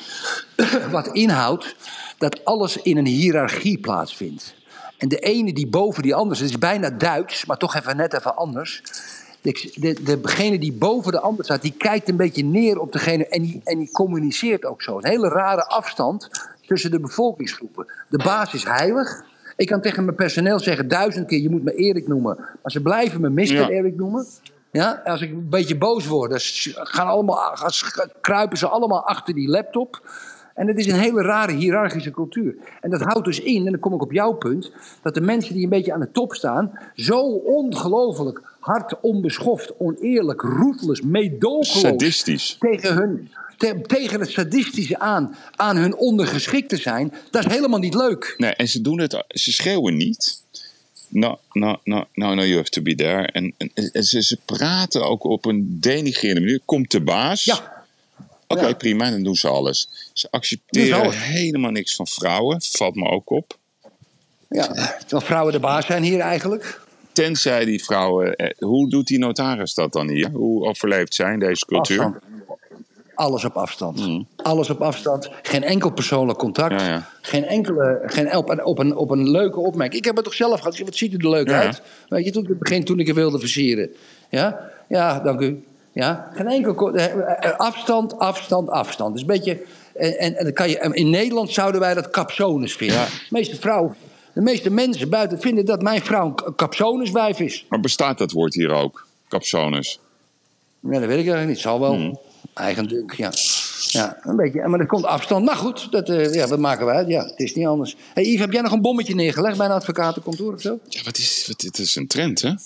Wat inhoudt dat alles in een hiërarchie plaatsvindt. En de ene die boven die ander, het is bijna Duits, maar toch even net even anders. De, de, degene die boven de ander staat, die kijkt een beetje neer op degene en die, en die communiceert ook zo. Een hele rare afstand tussen de bevolkingsgroepen. De baas is heilig. Ik kan tegen mijn personeel zeggen duizend keer, je moet me Erik noemen. Maar ze blijven me mister Ja. Erik noemen. Ja, als ik een beetje boos word, dan gaan allemaal, gaan- kruipen ze allemaal achter die laptop. En het is een hele rare hiërarchische cultuur. En dat houdt dus in, en dan kom ik op jouw punt, dat de mensen die een beetje aan de top staan zo ongelooflijk hard, onbeschoft, oneerlijk, ruthless, meedogenloos Sadistisch. tegen hun, te- tegen het sadistische aan, aan hun ondergeschikte zijn, dat is helemaal niet leuk. Nee, en ze doen het, ze schreeuwen niet. No, no, no, no, no, you have to be there. En, en, en ze, ze praten ook op een denigrerende manier. Komt de baas? Ja. Oké, Ja. prima, dan doen ze alles. Ze Doen accepteren ze alles. helemaal niks van vrouwen. Valt me ook op. Ja, terwijl vrouwen de baas zijn hier eigenlijk. Tenzij die vrouwen... Eh, hoe doet die notaris dat dan hier? Hoe overleeft zij in deze cultuur? Afstand. Alles op afstand. Alles op afstand. Geen enkel persoonlijk contact. Ja, ja. Geen enkele. Geen, op, een, op, een, op een leuke opmerking. Ik heb het toch zelf gehad. Ik zeg, wat ziet u er leuk Ja, ja. uit? Weet je, toen ik het begin, toen ik het wilde versieren. Ja, ja, dank u. Ja, geen enkel. co- eh, eh, Afstand, afstand, afstand. Dus een beetje. En, en, en dan kan je, in Nederland zouden wij dat capsones vinden. Ja. De meeste vrouwen. De meeste mensen buiten vinden dat mijn vrouw een capsoneswijf is. Maar bestaat dat woord hier ook? Capsones. Ja, dat weet ik eigenlijk niet. Zal wel. Hmm. Eigendunk, ja. Ja, een beetje. Maar er komt afstand. Maar goed, dat, eh, ja, dat maken we uit. Ja, het is niet anders. Hey Yves, heb jij nog een bommetje neergelegd bij een advocatenkantoor of zo? Ja, wat is, wat, dit is een trend, hè?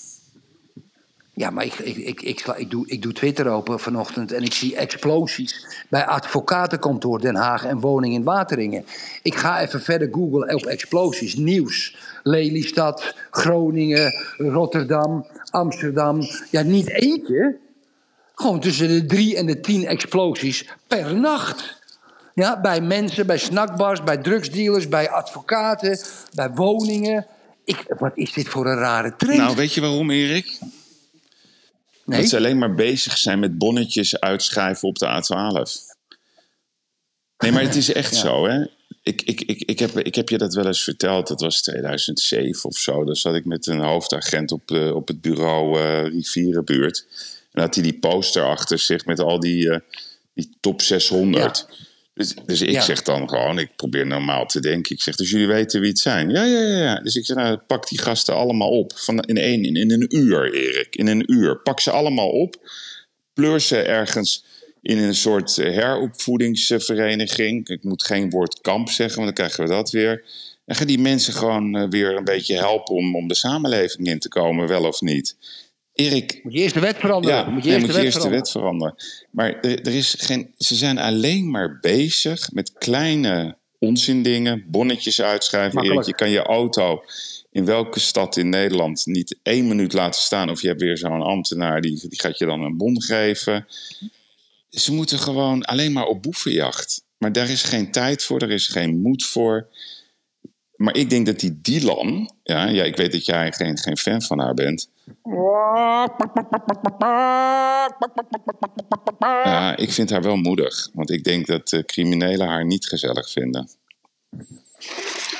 Ja, maar ik, ik, ik, ik, sla- ik, doe, ik doe Twitter open vanochtend en ik zie explosies bij advocatenkantoor Den Haag en woning in Wateringen. Ik ga even verder googlen op explosies. Nieuws. Lelystad, Groningen, Rotterdam, Amsterdam. Ja, niet eentje. Gewoon tussen de drie en de tien explosies per nacht. Ja, bij mensen, bij snackbars, bij drugsdealers, bij advocaten, bij woningen. Ik, wat is dit voor een rare trend? Nou, weet je waarom, Erik? nee? Dat ze alleen maar bezig zijn met bonnetjes uitschrijven op de A twaalf. Nee, maar het is echt Ja. zo, hè? Ik, ik, ik, ik, heb, ik heb je dat wel eens verteld. Dat was tweeduizend zeven of zo. Dan zat ik met een hoofdagent op, de, op het bureau eh, Rivierenbuurt. En had hij die poster achter zich met al die, eh, die top zeshonderd. Dus, dus ik Ja. zeg dan gewoon, ik probeer normaal te denken. Ik zeg, dus jullie weten wie het zijn? Ja, ja, ja. ja. Dus ik zeg, nou, pak die gasten allemaal op. Van in, één, in, in een uur, Erik. In een uur. Pak ze allemaal op. Pleur ze ergens in een soort eh, heropvoedingsvereniging. Ik moet geen woord kamp zeggen, want dan krijgen we dat weer. En ga die mensen gewoon eh, weer een beetje helpen om, om de samenleving in te komen, wel of niet. Erik, Moet je eerst de wet veranderen? ja, moet je nee, eerst moet de je wet eerst de veranderen? wet veranderen. Maar er, er is geen, ze zijn alleen maar bezig met kleine onzindingen, bonnetjes uitschrijven. Makkelijk. Erik, je kan je auto in welke stad in Nederland niet één minuut laten staan. Of je hebt weer zo'n ambtenaar, die, die gaat je dan een bon geven. Ze moeten gewoon alleen maar op boevenjacht. Maar daar is geen tijd voor, er is geen moed voor. Maar ik denk dat die Dylan... Ja, ja ik weet dat jij geen, geen fan van haar bent. Ja, ik vind haar wel moedig. Want ik denk dat uh, criminelen haar niet gezellig vinden.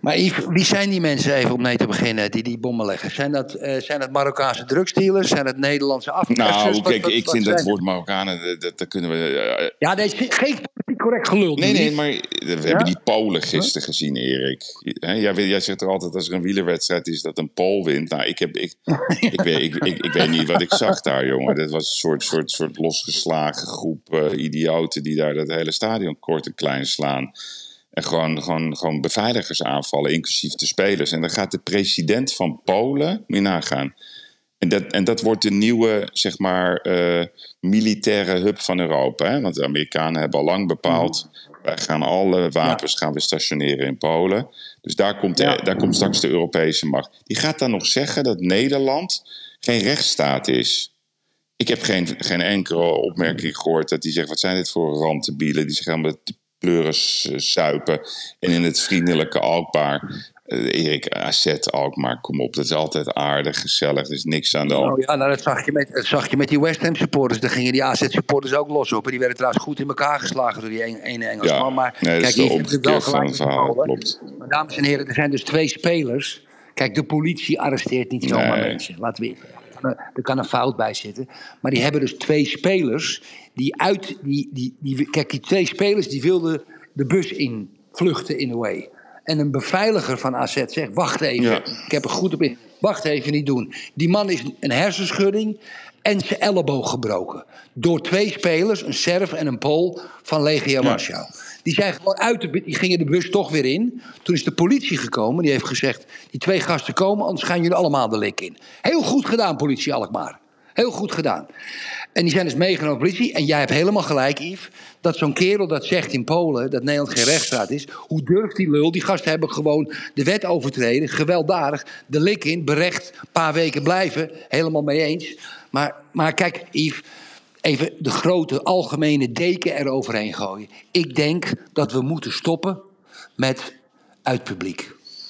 Maar Yves, wie zijn die mensen, even om mee te beginnen, die die bommen leggen? Zijn dat, uh, zijn dat Marokkaanse drugsdealers? Zijn dat Nederlandse afpersers? Nou, kijk, wat, ik wat vind dat het woord Marokkanen, dat, dat kunnen we... Uh, ja, nee, geen politiek correct gelul. Nee, nee, maar we ja? hebben die Polen gisteren huh? gezien, Erik. He, jij, jij zegt er altijd, als er een wielerwedstrijd is, dat een Pool wint. Nou, ik, heb, ik, ik, weet, ik, ik, ik weet niet wat ik zag daar, jongen. Dat was een soort, soort, soort losgeslagen groep uh, idioten die daar dat hele stadion kort en klein slaan. En gewoon, gewoon, gewoon beveiligers aanvallen, inclusief de spelers. En dan gaat de president van Polen, moet je nagaan. En dat, en dat wordt de nieuwe, zeg maar, uh, militaire hub van Europa. Hè? Want de Amerikanen hebben al lang bepaald, wij gaan alle wapens ja. gaan we stationeren in Polen. Dus daar komt, de, ja. daar komt straks de Europese macht. Die gaat dan nog zeggen dat Nederland geen rechtsstaat is. Ik heb geen, geen enkele opmerking gehoord dat die zegt, wat zijn dit voor rantebielen? Die zich helemaal te pleuren suipen. En in het vriendelijke Alkmaar... Uh, Erik, A Z Alkmaar, kom op. Dat is altijd aardig, gezellig. Er is niks aan de hand. Oh ja, nou, dat, zag je met, dat zag je met die West Ham supporters. Daar gingen die A Z supporters ook los op. En die werden trouwens goed in elkaar geslagen door die ene, ene Engelsman. Ja, maar nee, kijk, dat is de omgekeer van het verhaal, klopt. Maar dames en heren, er zijn dus twee spelers. Kijk, de politie arresteert niet zomaar nee. mensen. Laten we Er kan een fout bij zitten. Maar die hebben dus twee spelers. Die uit. Die, die, die, kijk, die twee spelers die wilden de bus in vluchten in a way. En een beveiliger van A Z zegt, wacht even, ja. ik heb er goed op in. Wacht even, niet doen. Die man is een hersenschudding en zijn elleboog gebroken. Door twee spelers, een Serf en een Pool van Legia Warschau. Ja. Die zijn gewoon uit de, die gingen de bus toch weer in. Toen is de politie gekomen, die heeft gezegd, die twee gasten komen, anders gaan jullie allemaal de lik in. Heel goed gedaan, politie Alkmaar. Heel goed gedaan. En die zijn dus meegenomen politie. En jij hebt helemaal gelijk, Yves. Dat zo'n kerel dat zegt in Polen dat Nederland geen rechtsstaat is. Hoe durft die lul? Die gasten hebben gewoon de wet overtreden. Gewelddadig. De lik in. Berecht. Een paar weken blijven. Helemaal mee eens. Maar, maar kijk, Yves. Even de grote algemene deken eroverheen gooien. Ik denk dat we moeten stoppen met uit publiek.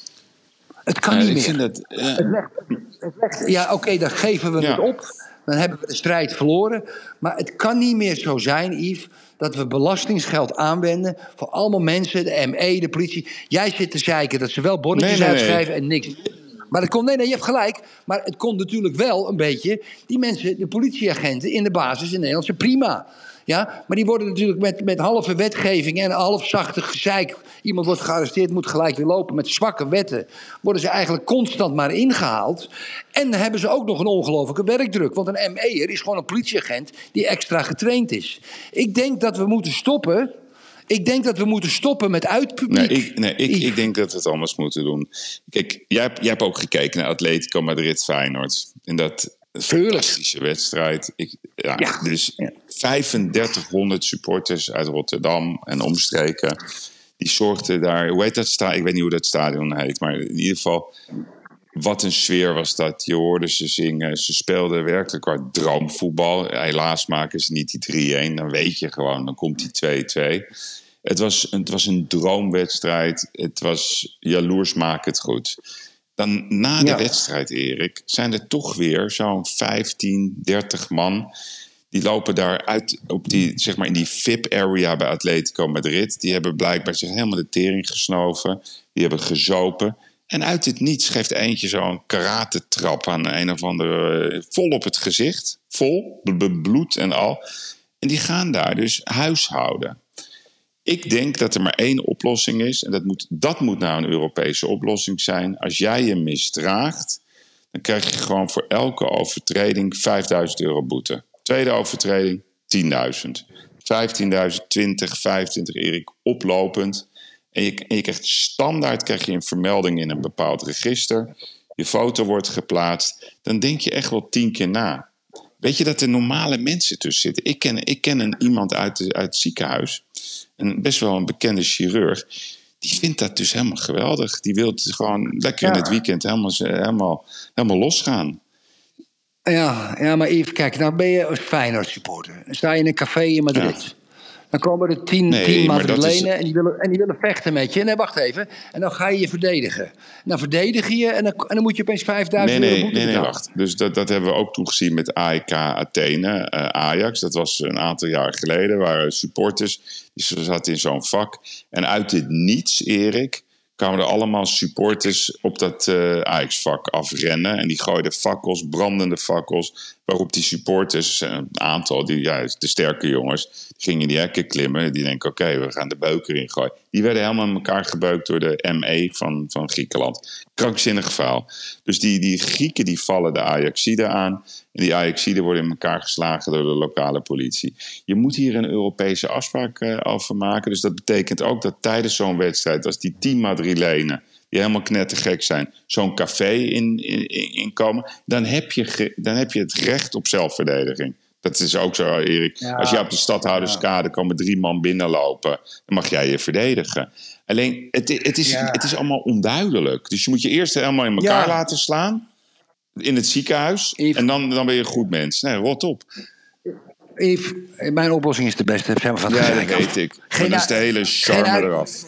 Het kan ja, niet meer. Dat, ja, het legt, het legt, ja oké, okay, dan geven we ja. het op. Dan hebben we de strijd verloren. Maar het kan niet meer zo zijn, Yves, dat we belastingsgeld aanwenden voor allemaal mensen, de M E, de politie. Jij zit te zeiken dat ze wel bonnetjes nee, nee, uitschrijven nee. en niks. Maar het komt, nee, nee, je hebt gelijk. Maar het komt natuurlijk wel een beetje, die mensen, de politieagenten in de basis in Nederland zijn prima. Ja, maar die worden natuurlijk met, met halve wetgeving en half zachte gezeik. Iemand wordt gearresteerd, moet gelijk weer lopen. Met zwakke wetten worden ze eigenlijk constant maar ingehaald. En dan hebben ze ook nog een ongelofelijke werkdruk. Want een M E'er is gewoon een politieagent die extra getraind is. Ik denk dat we moeten stoppen. Ik denk dat we moeten stoppen met uitpubliek. Nee, ik, nee, ik, ik denk dat we het anders moeten doen. Kijk, jij hebt, jij hebt ook gekeken naar Atletico Madrid Feyenoord. En dat... Een fantastische wedstrijd. Ik, ja, ja. Dus ja. vijfendertighonderd supporters uit Rotterdam en omstreken. Die zorgden daar. Hoe heet dat stadion? Ik weet niet hoe dat stadion heet. Maar in ieder geval. Wat een sfeer was dat. Je hoorde ze zingen. Ze speelden werkelijk waar droomvoetbal. Helaas maken ze niet die drie-een. Dan weet je gewoon. Dan komt die twee-twee. Het was, het was een droomwedstrijd. Het was jaloers, maak het goed. Dan na de ja. wedstrijd, Erik, zijn er toch weer zo'n vijftien, dertig man. Die lopen daar uit op die, zeg maar in die V I P-area bij Atletico Madrid. Die hebben blijkbaar zich helemaal de tering gesnoven. Die hebben gezopen. En uit het niets geeft eentje zo'n karatetrap aan een of andere... Vol op het gezicht. Vol, bloed en al. En die gaan daar dus huishouden. Ik denk dat er maar één oplossing is. En dat moet, dat moet nou een Europese oplossing zijn. Als jij je misdraagt, dan krijg je gewoon voor elke overtreding vijfduizend euro boete. Tweede overtreding, tienduizend. vijftienduizend, twintig, vijfentwintig, Erik, oplopend. En je, en je krijgt standaard krijg je een vermelding in een bepaald register. Je foto wordt geplaatst. Dan denk je echt wel tien keer na. Weet je dat er normale mensen tussen zitten? Ik ken, ik ken een, iemand uit, de, uit het ziekenhuis. Een, best wel een bekende chirurg. Die vindt dat dus helemaal geweldig. Die wil gewoon lekker ja. in het weekend helemaal, helemaal, helemaal losgaan. Ja, ja, maar even kijken. Nou ben je een Feyenoord supporter. Dan sta je in een café in Madrid. Ja. Dan komen er tien, nee, tien Madrilenen is... en, die willen, en die willen vechten met je. Nee, wacht even. En dan ga je je verdedigen. Dan verdedig je en dan, en dan moet je opeens vijfduizend nee, euro nee, boete nee, betalen. Nee, wacht. Dus dat, dat hebben we ook toegezien met A E K Athene, uh, Ajax. Dat was een aantal jaar geleden. Waren supporters, die zaten in zo'n vak. En uit het niets, Erik, kwamen er allemaal supporters op dat uh, Ajax-vak afrennen. En die gooiden fakkels, brandende fakkels. Waarop die supporters, een aantal, die, ja, de sterke jongens, die gingen die hekken klimmen. Die denken, oké, okay, we gaan de beuk erin gooien. Die werden helemaal in elkaar gebeukt door de M E van, van Griekenland. Krankzinnig verhaal. Dus die, die Grieken die vallen de Ajaxiden aan. En die Ajaxiden worden in elkaar geslagen door de lokale politie. Je moet hier een Europese afspraak uh, over maken. Dus dat betekent ook dat tijdens zo'n wedstrijd, als die tien Madrilenen, die helemaal knettergek zijn, zo'n café in, in, in komen, dan heb, je, dan heb je het recht op zelfverdediging. Dat is ook zo, Erik. Ja. Als je op de Stadhouderskade komen drie man binnenlopen, dan mag jij je verdedigen. Alleen, het, het, is, ja. het is allemaal onduidelijk. Dus je moet je eerst helemaal in elkaar ja. laten slaan, in het ziekenhuis, Yves. En dan, dan ben je een goed mens. Nee, rot op. Yves, mijn oplossing is de beste. Heb van ja, dat weet ik. Geen dan is de hele charme eraf.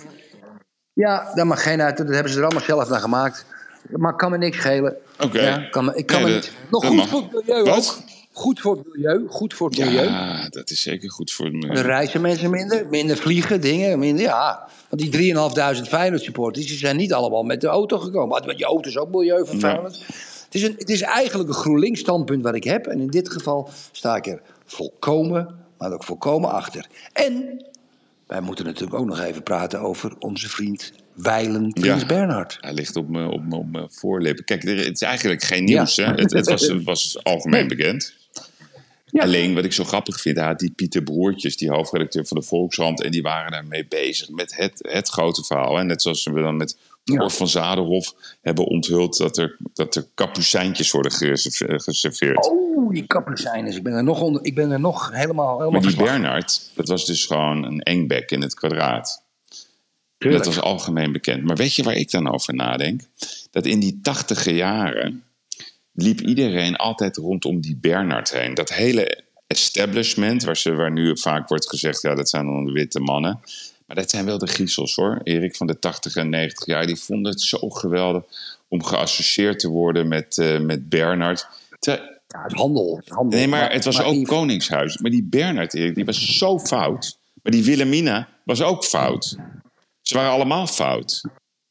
Ja, dat mag geen uit. Dat hebben ze er allemaal zelf naar gemaakt. Maar kan me niks schelen. Oké. Okay. Ja, ik kan nee, me niet. Nog goed mag. Voor het milieu Wat? ook. Goed voor het milieu. Goed voor het milieu. Ja, dat is zeker goed voor het milieu. Er reizen mensen minder. Minder vliegen, dingen. Minder, ja. Want die drieduizend vijfhonderd Feyenoord supporters, die zijn niet allemaal met de auto gekomen. Maar je auto is ook milieuvervuilend. Ja. Het is, een, het is eigenlijk een GroenLinks standpunt wat ik heb. En in dit geval sta ik er volkomen, maar ook volkomen achter. En wij moeten natuurlijk ook nog even praten over onze vriend Wijlen Prins ja, Bernhard. Hij ligt op mijn op op voorlippen. Kijk, het is eigenlijk geen nieuws. Ja. Hè? Het, het, was, het was algemeen nee. bekend. Ja. Alleen wat ik zo grappig vind, hij had die Pieter Broertjes, die hoofdredacteur van de Volkskrant, en die waren daarmee bezig met het, het grote verhaal. Hè? Net zoals we dan met ja. Cor van Zadenhof hebben onthuld dat er, dat er kapucijntjes worden geserveerd. Oh, die kapucijnen. Ik ben er nog, onder, ik ben er nog helemaal, helemaal Maar die geslagen. Bernhard, dat was dus gewoon een engbek in het kwadraat. Tuurlijk. Dat was algemeen bekend. Maar weet je waar ik dan over nadenk? Dat in die tachtiger jaren liep iedereen altijd rondom die Bernhard heen. Dat hele establishment, waar, ze, waar nu vaak wordt gezegd, ja, dat zijn dan de witte mannen. Maar dat zijn wel de griezels, hoor. Erik van de tachtig en negentig jaar, die vonden het zo geweldig om geassocieerd te worden met, uh, met Bernhard. Te... Ja, het handel, het handel. Nee, maar het was maar ook Yves... Koningshuis. Maar die Bernhard, Erik, die was zo fout. Maar die Wilhelmina was ook fout. Ze waren allemaal fout.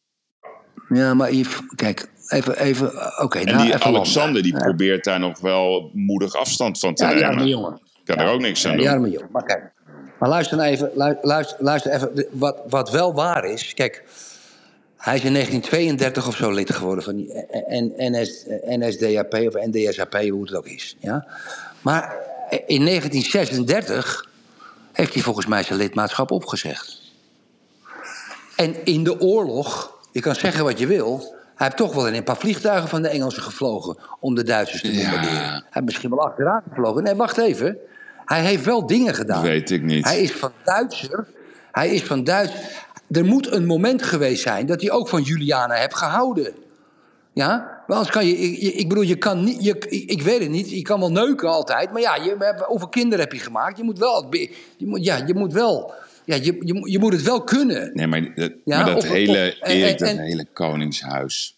Ja, maar Yves, kijk, even... even Oké. Okay, en nou, die even Alexander, die ja. probeert daar nog wel moedig afstand van te ja, nemen. Ja, maar jongen. Kan ja, er ook niks aan ja, doen. Ja, maar jongen. Maar kijk, maar luister nou even, luister, luister even. Wat, wat wel waar is, kijk, hij is in negentien tweeëndertig of zo lid geworden van die N S D A P of N D S A P, hoe het ook is. Ja? Maar in negentien zesendertig heeft hij volgens mij zijn lidmaatschap opgezegd. En in de oorlog, je kan zeggen wat je wil, hij heeft toch wel in een paar vliegtuigen van de Engelsen gevlogen om de Duitsers te bombarderen. Ja. Hij heeft misschien wel achteraan gevlogen. Nee, wacht even. Hij heeft wel dingen gedaan. Weet ik niet. Hij is van Duitser. Hij is van Duits. Er moet een moment geweest zijn dat hij ook van Juliana heeft gehouden. Ja? Maar anders kan je, ik, ik bedoel, je kan niet, je, ik weet het niet, je kan wel neuken altijd, maar ja, je, hoeveel kinderen heb je gemaakt? Je moet wel, je moet, ja, je moet wel, ja, je, je, je moet het wel kunnen. Nee, maar dat, ja? maar dat of, hele, of, Erik, en, en, dat hele koningshuis.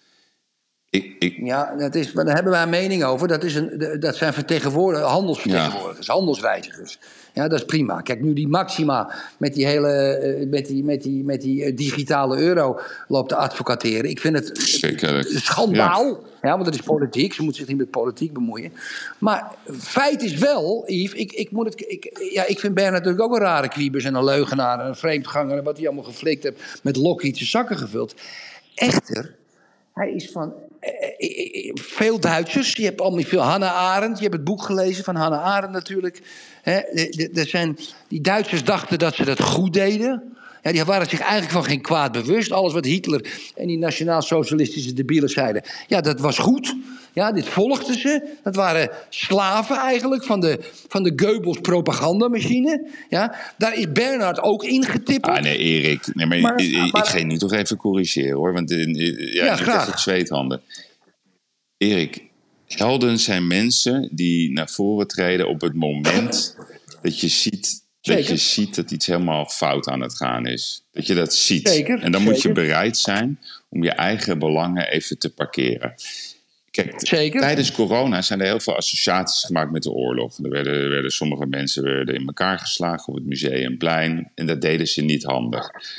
Ik, ik... Ja, dat is, maar daar hebben wij een mening over. Dat, is een, dat zijn vertegenwoordigers, handelsvertegenwoordigers, ja. handelswijzigers. Ja, dat is prima. Kijk, nu die Maxima met die hele met die, met die, met die digitale euro loopt te advocateren. Ik vind het Schrikkelijk. schandaal. Ja. ja, want dat is politiek. Ze moet zich niet met politiek bemoeien. Maar feit is wel, Yves, ik, ik, moet het, ik, ja, ik vind Bernhard natuurlijk ook een rare kwiebus en een leugenaar en een vreemdganger en wat hij allemaal geflikt heeft met Lockheed zijn zakken gevuld. Echter, hij is van eh, eh, veel Duitsers. Je hebt allemaal veel Hannah Arendt. Je hebt het boek gelezen van Hannah Arendt natuurlijk. He, de, de, de zijn, die Duitsers dachten dat ze dat goed deden. Ja, die waren zich eigenlijk van geen kwaad bewust. Alles wat Hitler en die nationaal-socialistische debielen zeiden, ja, dat was goed. Ja, dit volgden ze. Dat waren slaven eigenlijk van de, van de Goebbels propagandamachine. Ja, daar is Bernhard ook ingetippeld. Ah, nee, Erik. Nee, maar, maar, ik, maar, ik ga je nu toch even corrigeren, hoor. Want ja, ja, graag. Ik zweethanden. Erik, helden zijn mensen die naar voren treden op het moment dat je ziet dat je ziet dat iets helemaal fout aan het gaan is. Dat je dat ziet. Zeker, en dan zeker. moet je bereid zijn om je eigen belangen even te parkeren. Kijk, zeker. Tijdens corona zijn er heel veel associaties gemaakt met de oorlog. Er werden, er werden sommige mensen werden in elkaar geslagen op het Museumplein. En dat deden ze niet handig.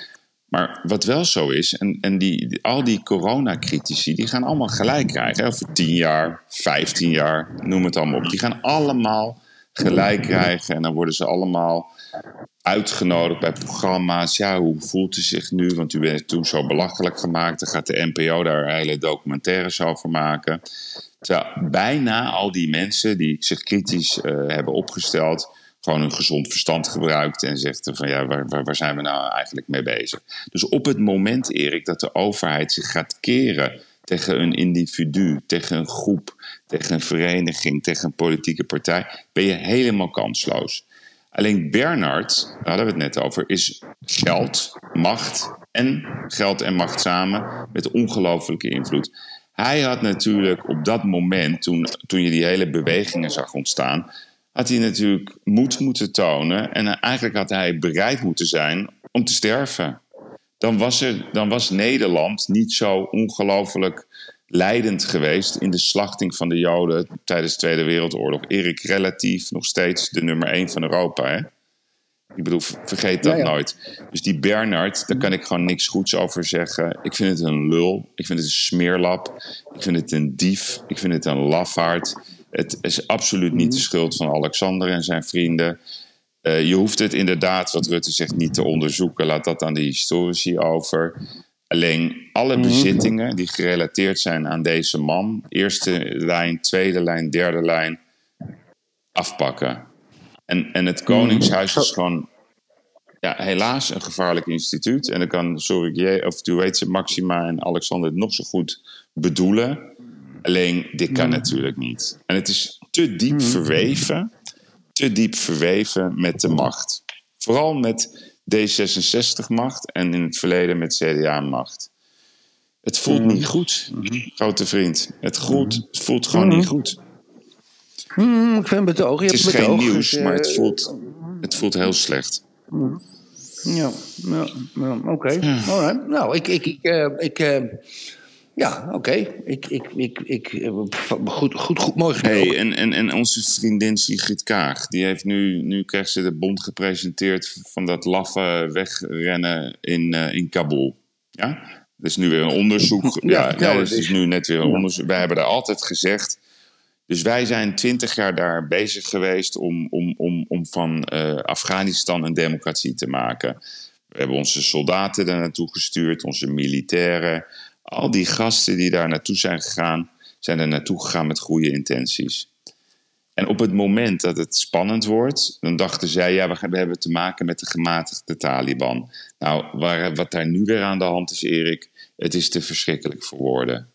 Maar wat wel zo is, en, en die, die, al die coronacritici, die gaan allemaal gelijk krijgen. Hè? Over tien jaar, vijftien jaar, noem het allemaal op. Die gaan allemaal gelijk krijgen en dan worden ze allemaal uitgenodigd bij programma's. Ja, hoe voelt u zich nu? Want u bent toen zo belachelijk gemaakt. Dan gaat de N P O daar hele documentaires over maken. Terwijl bijna al die mensen die zich kritisch uh, hebben opgesteld, gewoon hun gezond verstand gebruikt en zegt van ja, waar, waar, waar zijn we nou eigenlijk mee bezig? Dus op het moment, Erik, dat de overheid zich gaat keren tegen een individu, tegen een groep, tegen een vereniging, tegen een politieke partij, ben je helemaal kansloos. Alleen Bernard, daar hadden we het net over, is geld, macht en geld en macht samen met ongelofelijke invloed. Hij had natuurlijk op dat moment, toen, toen je die hele bewegingen zag ontstaan, had hij natuurlijk moed moeten tonen en eigenlijk had hij bereid moeten zijn om te sterven. Dan was, er, dan was Nederland niet zo ongelooflijk leidend geweest in de slachting van de Joden tijdens de Tweede Wereldoorlog. Erik, relatief nog steeds de nummer één van Europa, hè? Ik bedoel, vergeet dat ja, ja. nooit. Dus die Bernard, daar kan ik gewoon niks goeds over zeggen. Ik vind het een lul. Ik vind het een smeerlap. Ik vind het een dief. Ik vind het een lafaard. Het is absoluut niet de schuld van Alexander en zijn vrienden. Uh, je hoeft het inderdaad, wat Rutte zegt, niet te onderzoeken. Laat dat aan de historici over. Alleen alle bezittingen die gerelateerd zijn aan deze man, eerste lijn, tweede lijn, derde lijn, afpakken. En, en het Koningshuis is gewoon, ja, helaas een gevaarlijk instituut. En dan kan, sorry, of u weet ze, Maxima en Alexander het nog zo goed bedoelen. Alleen, dit kan natuurlijk niet. En het is te diep verweven, te diep verweven met de macht. Vooral met D zesenzestig-macht en in het verleden met C D A-macht. Het voelt mm. niet goed, grote vriend. Het voelt, het voelt gewoon mm. niet goed. Mm, ik vind het betoog. Het is betoog, geen nieuws, dus, uh, maar het voelt, het voelt heel slecht. Mm. Ja, ja, ja oké. Okay. Ja. Alright. Nou, ik... ik, ik, uh, ik uh, ja, oké. Okay. Ik, ik, ik, ik, uh, goed, goed, goed, mooi genoeg. Hey, en, en, en onze vriendin Sigrid Kaag, die heeft nu, nu krijgt ze de bond gepresenteerd van dat laffe wegrennen in, uh, in Kabul. Ja? Er is nu weer een onderzoek. ja, ja, ja, er is nu net weer een onderzoek. Wij hebben daar altijd gezegd. Dus wij zijn twintig jaar daar bezig geweest om, om, om, om van uh, Afghanistan een democratie te maken. We hebben onze soldaten daar naartoe gestuurd, onze militairen. Al die gasten die daar naartoe zijn gegaan, zijn er naartoe gegaan met goede intenties. En op het moment dat het spannend wordt, dan dachten zij, ja, we, gaan, we hebben te maken met de gematigde Taliban. Nou, waar, wat daar nu weer aan de hand is, Erik, het is te verschrikkelijk voor woorden.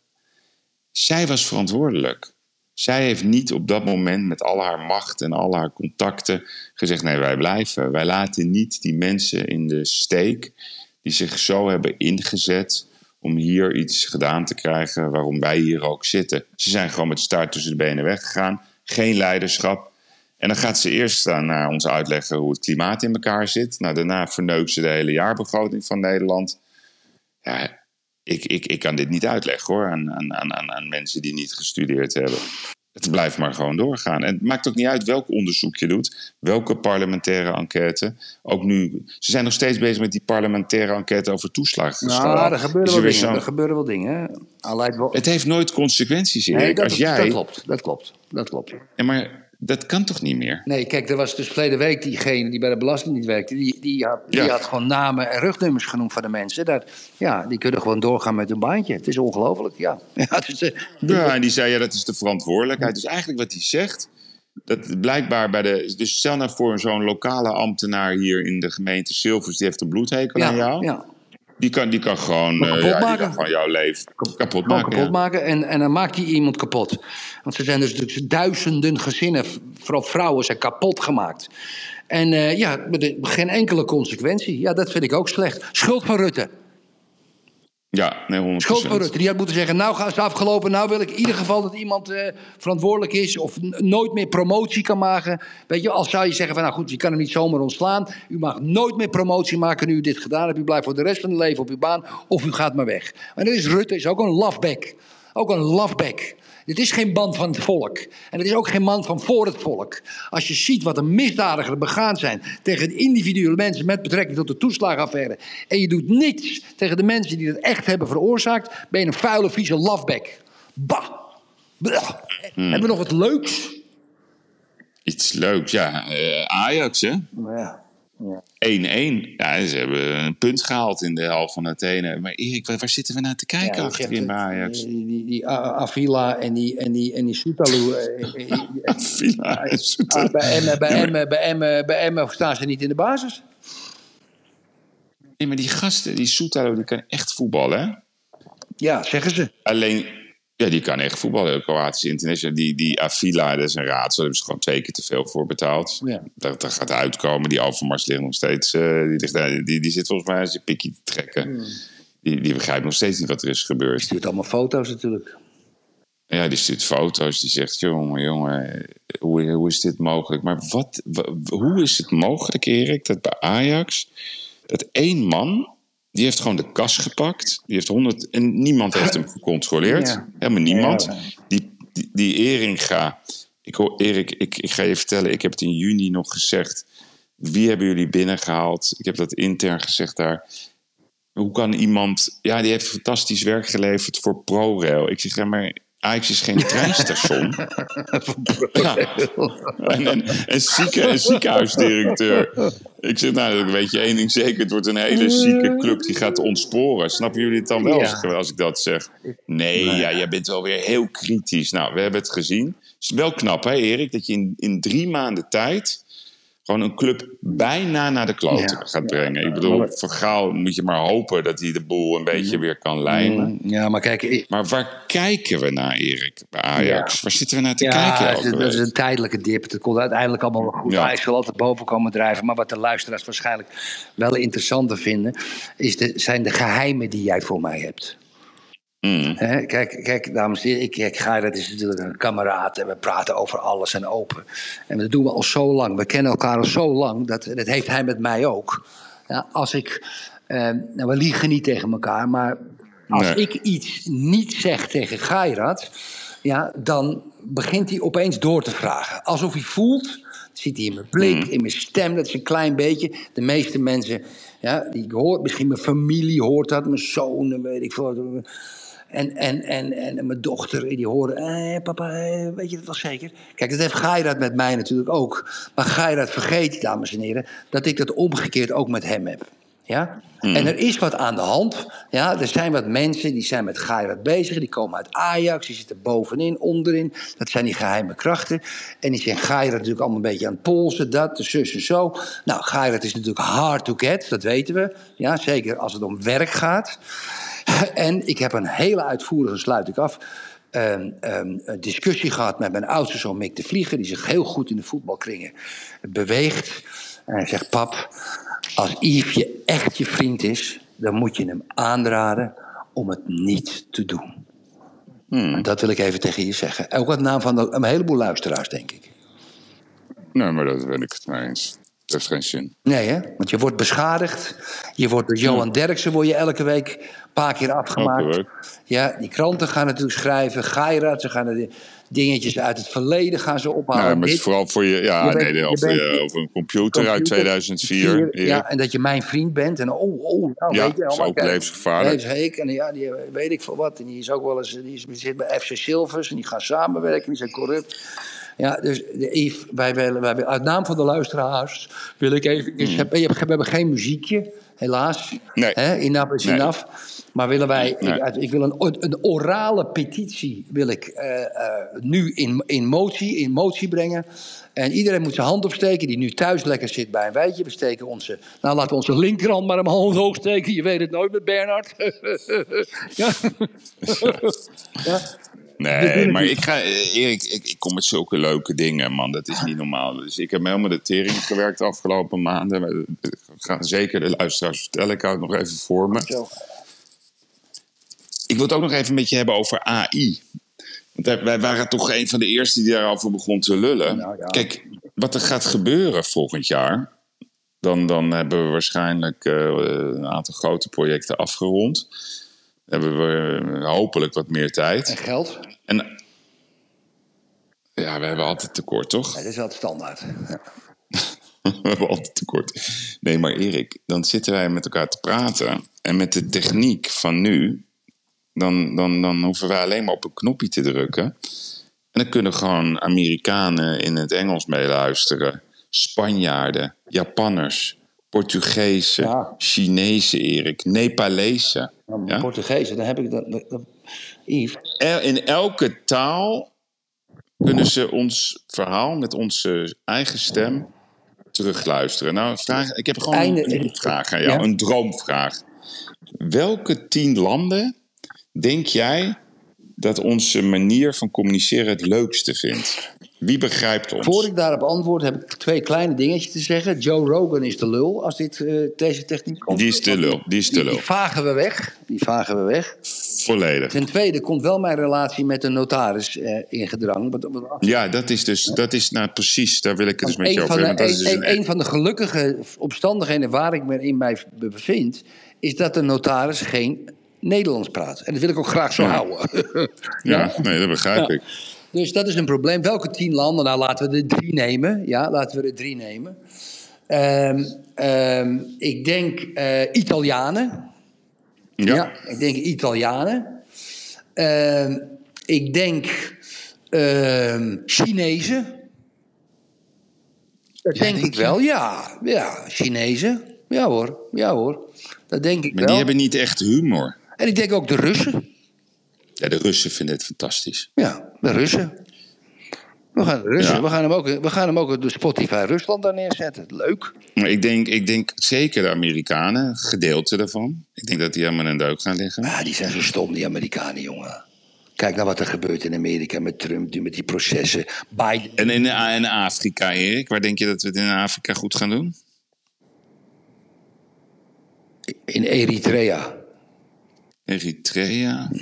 Zij was verantwoordelijk. Zij heeft niet op dat moment met al haar macht en al haar contacten gezegd, nee, wij blijven. Wij laten niet die mensen in de steek die zich zo hebben ingezet om hier iets gedaan te krijgen waarom wij hier ook zitten. Ze zijn gewoon met de staart tussen de benen weggegaan. Geen leiderschap. En dan gaat ze eerst naar ons uitleggen hoe het klimaat in elkaar zit. Nou, daarna verneukt ze de hele jaarbegroting van Nederland. Ja, ik, ik, ik kan dit niet uitleggen hoor, aan, aan, aan, aan mensen die niet gestudeerd hebben. Het blijft maar gewoon doorgaan. En het maakt ook niet uit welk onderzoek je doet, welke parlementaire enquête. Ook nu, ze zijn nog steeds bezig met die parlementaire enquête over toeslagen. Nou, er gebeuren wel dingen. Er gebeuren wel dingen. Wel... Het heeft nooit consequenties, Erik. Nee, dat, Als jij... dat klopt. Dat klopt. Dat klopt. Ja, maar dat kan toch niet meer? Nee, kijk, er was dus verleden week diegene die bij de belasting niet werkte. Die, die, had, die ja. had gewoon namen en rugnummers genoemd van de mensen. Dat, ja, die kunnen gewoon doorgaan met hun baantje. Het is ongelooflijk, ja. Ja, dus, uh, ja, en die zei, ja, dat is de verantwoordelijkheid. Dus eigenlijk wat hij zegt, dat blijkbaar bij de... Dus stel nou voor zo'n lokale ambtenaar hier in de gemeente Silvers, die heeft een bloedhekel ja, aan jou. Ja. Die kan, die kan gewoon, uh, kapot, ja, maken. Die kan gewoon jouw leven kapot maken. maken. Kapot ja. maken en, en dan maakt hij iemand kapot. Want er zijn dus, dus duizenden gezinnen, vooral vrouwen, zijn kapot gemaakt. En uh, ja, geen enkele consequentie. Ja, dat vind ik ook slecht. Schuld van Rutte. Ja, nee, honderd procent. Schuld van Rutte. Die had moeten zeggen, nou is het afgelopen. Nou wil ik in ieder geval dat iemand uh, verantwoordelijk is of n- nooit meer promotie kan maken. Weet je, als zou je zeggen van, nou goed, je kan hem niet zomaar ontslaan. U mag nooit meer promotie maken nu u dit gedaan hebt. U blijft voor de rest van het leven op uw baan of u gaat maar weg. En dat is Rutte, is ook een lafbek. Ook een lafbek. Dit is geen man van het volk. En het is ook geen man van voor het volk. Als je ziet wat een misdadigers begaan zijn tegen individuele mensen met betrekking tot de toeslagenaffaire. En je doet niets tegen de mensen die dat echt hebben veroorzaakt. Ben je een vuile, vieze lafbek. Bah! Bah. Hmm. Hebben we nog wat leuks? Iets leuks, ja. Uh, Ajax, hè? Ja. Ja. één-één. Ja, ze hebben een punt gehaald in de helft van Athene. Maar Erik, waar, waar zitten we naar te kijken ja, achterin bij Ajax? Die, die, die Avila en die, en die, en die Soetalu. Avila en Soetalu. Bij Emmen, bij, ja, Emmen, bij, Emmen, bij Emmen staan ze niet in de basis. Nee, maar die gasten, die Soetalu, die kan echt voetballen, hè? Ja, zeggen ze. Alleen... Ja, die kan echt voetballen. Kroatische international. Die, die Avila, dat is een raadsel. Daar hebben ze gewoon twee keer te veel voor betaald. Ja. Dat, dat gaat uitkomen. Die Overmars ligt nog steeds... Uh, die, ligt, uh, die, die zit volgens mij als je pikje te trekken. Hmm. Die, die begrijpt nog steeds niet wat er is gebeurd. Die stuurt allemaal foto's natuurlijk. Ja, die stuurt foto's. Die zegt, jongen, jongen, hoe, hoe is dit mogelijk? Maar wat, wat, hoe is het mogelijk, Erik, dat bij Ajax... dat één man... Die heeft gewoon de kas gepakt. Die heeft honderd en niemand heeft hem gecontroleerd. Ja. Helemaal niemand. Ja, ja. Die, die, die Eringa. Ik hoor, Erik, ik, ik ga je vertellen. Ik heb het in juni nog gezegd. Wie hebben jullie binnengehaald? Ik heb dat intern gezegd daar. Hoe kan iemand... Ja, die heeft fantastisch werk geleverd voor ProRail. Ik zeg, ja, maar... Ajax is geen treinstation. Ja. En, en, en, zieke, en ziekenhuisdirecteur. Ik zeg, nou, weet je één ding zeker. Het wordt een hele zieke club die gaat ontsporen. Snappen jullie het dan wel als, ik, als ik dat zeg? Nee, nee, ja, jij bent wel weer heel kritisch. Nou, we hebben het gezien. Het is wel knap, hè, Erik? Dat je in, in drie maanden tijd... gewoon een club bijna naar de kloten ja, gaat brengen. Ja, ik bedoel, voor Gaal moet je maar hopen... dat hij de boel een beetje weer kan lijmen. Ja, maar kijk... Ik... Maar waar kijken we naar, Erik, bij Ajax? Ja. Waar zitten we naar te ja, kijken? Ja, dat is een tijdelijke dip. Het komt uiteindelijk allemaal wel goed. Ja. Hij zal altijd boven komen drijven. Maar wat de luisteraars waarschijnlijk wel interessanter vinden... Is de, zijn de geheimen die jij voor mij hebt. Mm. He, kijk, kijk, dames en heren, ik, ik ga, dat is natuurlijk een kameraad en we praten over alles en open. En dat doen we al zo lang. We kennen elkaar al zo lang. Dat, dat heeft hij met mij ook. Ja, als ik, eh, nou, we liegen niet tegen elkaar, maar als nee. ik iets niet zeg tegen Gairat, ja, dan begint hij opeens door te vragen. Alsof hij voelt, ziet hij in mijn blik, mm. in mijn stem, dat is een klein beetje. De meeste mensen, ja, die ik hoor, misschien mijn familie hoort dat, mijn zoon, weet ik veel. En, en, en, en mijn dochter, die horen... Eh, papa, eh, weet je dat wel zeker? Kijk, dat heeft Gairat met mij natuurlijk ook. Maar Gairat vergeet, dames en heren... dat ik dat omgekeerd ook met hem heb. Ja? Mm. En er is wat aan de hand. Ja? Er zijn wat mensen die zijn met Gairat bezig. Die komen uit Ajax, die zitten bovenin, onderin. Dat zijn die geheime krachten. En die zijn Gairat natuurlijk allemaal een beetje aan het polsen. Dat, de zus en zo. Nou, Gairat is natuurlijk hard to get, dat weten we. Ja, zeker als het om werk gaat... En ik heb een hele uitvoerige, sluit ik af, um, um, een discussie gehad met mijn oudste zoon Mick de Vlieger, die zich heel goed in de voetbalkringen beweegt. En hij zegt, pap, als Yves je echt je vriend is, dan moet je hem aanraden om het niet te doen. Hmm. En dat wil ik even tegen je zeggen. Ook uit naam van de, een heleboel luisteraars, denk ik. Nee, maar dat ben ik het mee eens. Dat heeft geen zin. Nee, hè? Want je wordt beschadigd. Je wordt door Johan ja. Derksen word je elke week een paar keer afgemaakt. Ja, die kranten gaan natuurlijk schrijven. Gairat, ze gaan de dingetjes uit het verleden gaan ze ophalen. Ja, maar het is vooral voor je... Ja, je bent, nee, over, je bent, over een computer, computer uit tweeduizend vier. vier ja, en dat je mijn vriend bent. En oh, oh, nou, ja, weet je, dat is ook levensgevaarlijk. Ik, en ja, die weet ik veel wat. En die is ook wel eens... Die, is, die zit bij F C Silvers en die gaan samenwerken. Die zijn corrupt. Ja, dus Yves, wij willen, wij willen, uit naam van de luisteraars wil ik even... Mm. Heb, we hebben geen muziekje, helaas. Nee. He, enough is nee. enough. Maar willen wij... Nee. Ik, ik wil een, een orale petitie wil ik uh, uh, nu in, in, motie, in motie brengen. En iedereen moet zijn hand opsteken die nu thuis lekker zit bij een wijtje. We steken onze... Nou, laten we onze linkerhand maar een hand hoog steken. Je weet het nooit met Bernhard. Ja. Ja. Nee, maar ik ga, Erik, ik, ik kom met zulke leuke dingen, man. Dat is niet normaal. Dus ik heb me helemaal de tering gewerkt de afgelopen maanden. Ik ga zeker de luisteraars vertellen. Ik hou het nog even voor me. Ik wil het ook nog even met je hebben over A I. Want wij waren toch een van de eerste die daarover begon te lullen. Nou, ja. Kijk, wat er gaat gebeuren volgend jaar... dan, dan hebben we waarschijnlijk uh, een aantal grote projecten afgerond... hebben we hopelijk wat meer tijd. En geld? En, Ja, we hebben altijd tekort, toch? Ja, dat is wel het standaard. Ja. We hebben altijd tekort. Nee, maar Erik, dan zitten wij met elkaar te praten. En met de techniek van nu, dan, dan, dan hoeven wij alleen maar op een knopje te drukken. En dan kunnen gewoon Amerikanen in het Engels meeluisteren. Spanjaarden, Japanners, Portugezen, Ja. Chinezen, Erik, Nepalezen. Nou, Ja? Portugees, dan heb ik dat. dat, dat Yves. El- In elke taal kunnen ze ons verhaal met onze eigen stem terugluisteren. Nou, vraag, ik heb gewoon Einde- een, een vraag aan jou, Ja? een droomvraag. Welke tien landen denk jij dat onze manier van communiceren het leukste vindt? Wie begrijpt ons? Voor ik daarop antwoord, heb ik twee kleine dingetjes te zeggen. Joe Rogan is de lul als dit, uh, deze techniek komt. Die is de lul, die is de Die, lul. die vagen we weg. Die vagen we weg. Volledig. Ten tweede komt wel mijn relatie met de notaris uh, in gedrang. Wat, wat, Ja, dat is dus, dat is nou precies, daar wil ik het dus met een, je over van de, hebben. want dat is een, dus een, een- een van de gelukkige omstandigheden waar ik me in mij bevind, is dat de notaris geen Nederlands praat. En dat wil ik ook graag zo Ja. houden. Ja, nee, dat begrijp Ja. ik. Dus dat is een probleem. Welke tien landen? Nou, laten we er drie nemen. Ja, laten we er drie nemen. Ehm, ehm, ik denk eh, Italianen. Ja. Ja, ik denk Italianen. Ehm, ik denk ehm, Chinezen. Dat Ja, denk, denk ik je? wel, ja. Ja, Chinezen. Ja hoor, ja hoor. Dat denk ik Maar wel. die hebben niet echt humor. En ik denk ook de Russen. Ja, de Russen vinden het fantastisch. Ja, de Russen. We gaan, de Russen. Ja. We gaan hem ook, we gaan hem ook op de Spotify Rusland daar neerzetten. Leuk. Maar ik denk, ik denk zeker de Amerikanen, gedeelte daarvan. Ik denk dat die helemaal in de deuk gaan liggen. Ah, die zijn zo stom, die Amerikanen, jongen. Kijk nou wat er gebeurt in Amerika met Trump, die met die processen. Biden. En in, in Afrika, Erik, waar denk je dat we het in Afrika goed gaan doen? In Eritrea. Eritrea.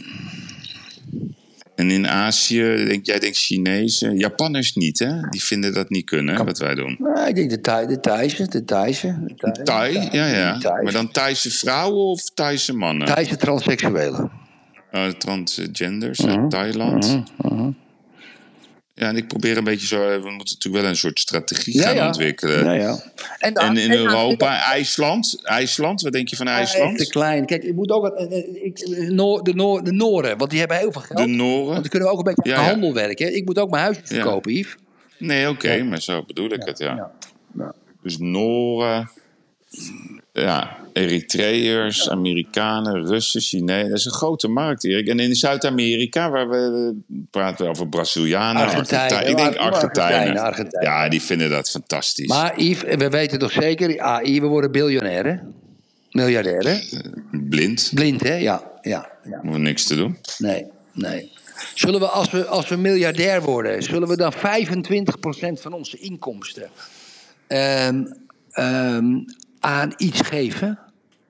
En in Azië, denk, jij denkt Chinezen. Japanners niet, hè? Die vinden dat niet kunnen, wat wij doen. Nou, ik denk de, Thai, de Thaise. De Thaise. De Thai, Thai, ja, ja. De Thaise. Maar dan Thaise vrouwen of Thaise mannen? Thaise transseksuelen. Uh, transgenders uit Thailand. Ja, en ik probeer een beetje zo... We moeten natuurlijk wel een soort strategie gaan ontwikkelen. Ja, ja. En, En in en- Europa, IJsland. IJsland, wat denk je van Ja, echt IJsland? te klein. Kijk, ik moet ook, eh, eh, ik, Noor, de, Noor, de Nooren, want die hebben heel veel geld. De Want Noren? dan kunnen we ook een beetje aan Ja, de ja. handel werken. Ik moet ook mijn huisje verkopen, Yves. Nee, oké, maar zo bedoel ik het, ja. Ja. Ja. Dus Noren, ja, Eritreërs, Amerikanen, Russen, Chinezen. Dat is een grote markt, Erik. En in Zuid-Amerika, waar we we praten we over Brazilianen, Argentijnen. Argentijnen. Ik denk Argentijnen, Argentijnen. Argentijnen. Ja, die vinden dat fantastisch. Maar Yves, we weten toch zeker, A I, we worden biljonair, miljardair, hè? Blind, Blind, hè? Ja, ja, ja. hoeven niks te doen. Nee, nee. Zullen we als, we, als we miljardair worden, zullen we dan vijfentwintig procent van onze inkomsten ehm, ehm, aan iets geven?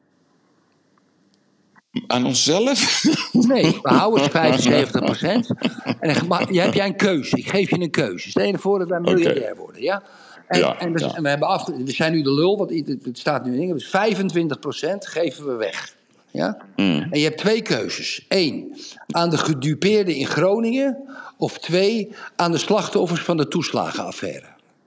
Aan onszelf? Nee, we houden het vijfenzeventig procent. En dan ma- je hebt jij een keuze. Ik geef je een keuze. Stel je voor dat wij miljardair worden, ja? En, Ja, en, we, ja. en we, hebben af, we zijn nu de lul, want het, het staat nu in dingen. Dus vijfentwintig procent geven we weg. Ja? Mm. En je hebt twee keuzes. Eén, aan de gedupeerden in Groningen. Of twee, aan de slachtoffers van de toeslagenaffaire.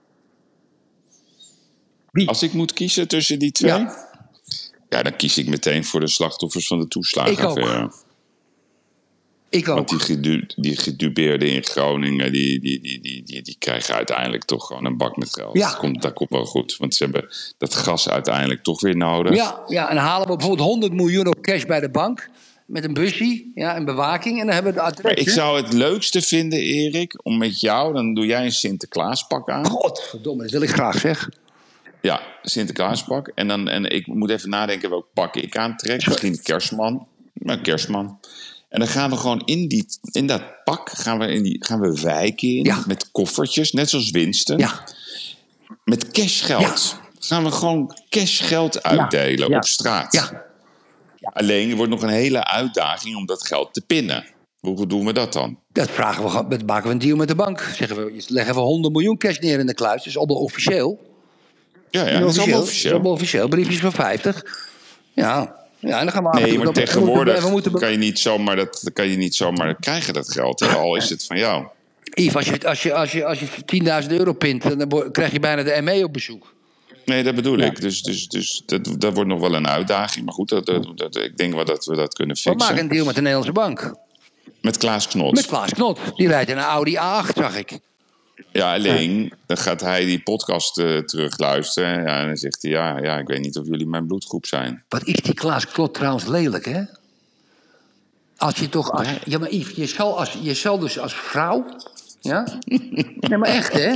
Als ik moet kiezen tussen die twee... Ja. Ja, dan kies ik meteen voor de slachtoffers van de toeslagenaffaire. Ik ook. Want die, gedu die gedupeerden in Groningen, die, die, die, die, die, die krijgen uiteindelijk toch gewoon een bak met geld. Ja. Dat, komt, dat komt wel goed, want ze hebben dat gas uiteindelijk toch weer nodig. Ja, ja, en dan halen we bijvoorbeeld honderd miljoen op cash bij de bank. Met een busje, ja, en bewaking. En dan hebben we de adres. Maar ik zou het leukste vinden, Erik, om met jou, dan doe jij een Sinterklaaspak aan. Godverdomme, dat wil ik graag zeggen. Ja, Sinterklaaspak. En, dan, en ik moet even nadenken welk pak ik aantrek. Misschien kerstman. Maar kerstman. En dan gaan we gewoon in, die, in dat pak gaan we, in die, gaan we wijken in. Ja. Met koffertjes, net zoals Winston. Ja, Met cashgeld. Gaan we gewoon cashgeld uitdelen Ja. op straat. ja. Alleen er wordt nog een hele uitdaging om dat geld te pinnen. Hoe doen we dat dan? Dat vragen we gewoon, dat maken we een deal met de bank. Zeggen we, leggen we honderd miljoen cash neer in de kluis. Dat is allemaal officieel. Ja, ja dat is allemaal Dat is officieel. allemaal officieel. Briefjes van vijftig. Ja, ja, en dan gaan we af en Nee, toe- maar we tegenwoordig moeten- we moeten- kan je niet zomaar dat, kan je niet zomaar krijgen, dat geld. Hè? Al is het van jou. Yves, als je, als je, als je, als je tienduizend euro pint, dan bo- krijg je bijna de M E op bezoek. Nee, dat bedoel Ja. ik. Dus, dus, dus dat, dat wordt nog wel een uitdaging. Maar goed, dat, dat, dat, ik denk wel dat we dat kunnen We fixen. maken een deal met de Nederlandse bank. Met Klaas Knot. Met Klaas Knot. Die rijdt in een Audi A acht, zag ik. Ja, alleen, dan gaat hij die podcast uh, terugluisteren. Ja, en dan zegt hij, ja, ja, ik weet niet of jullie mijn bloedgroep zijn. Wat is die Klaas Knot trouwens lelijk, hè? Als je toch... Als, ja, maar Yves, je zal, als, je zal dus als vrouw... Ja? Nee, maar echt, hè?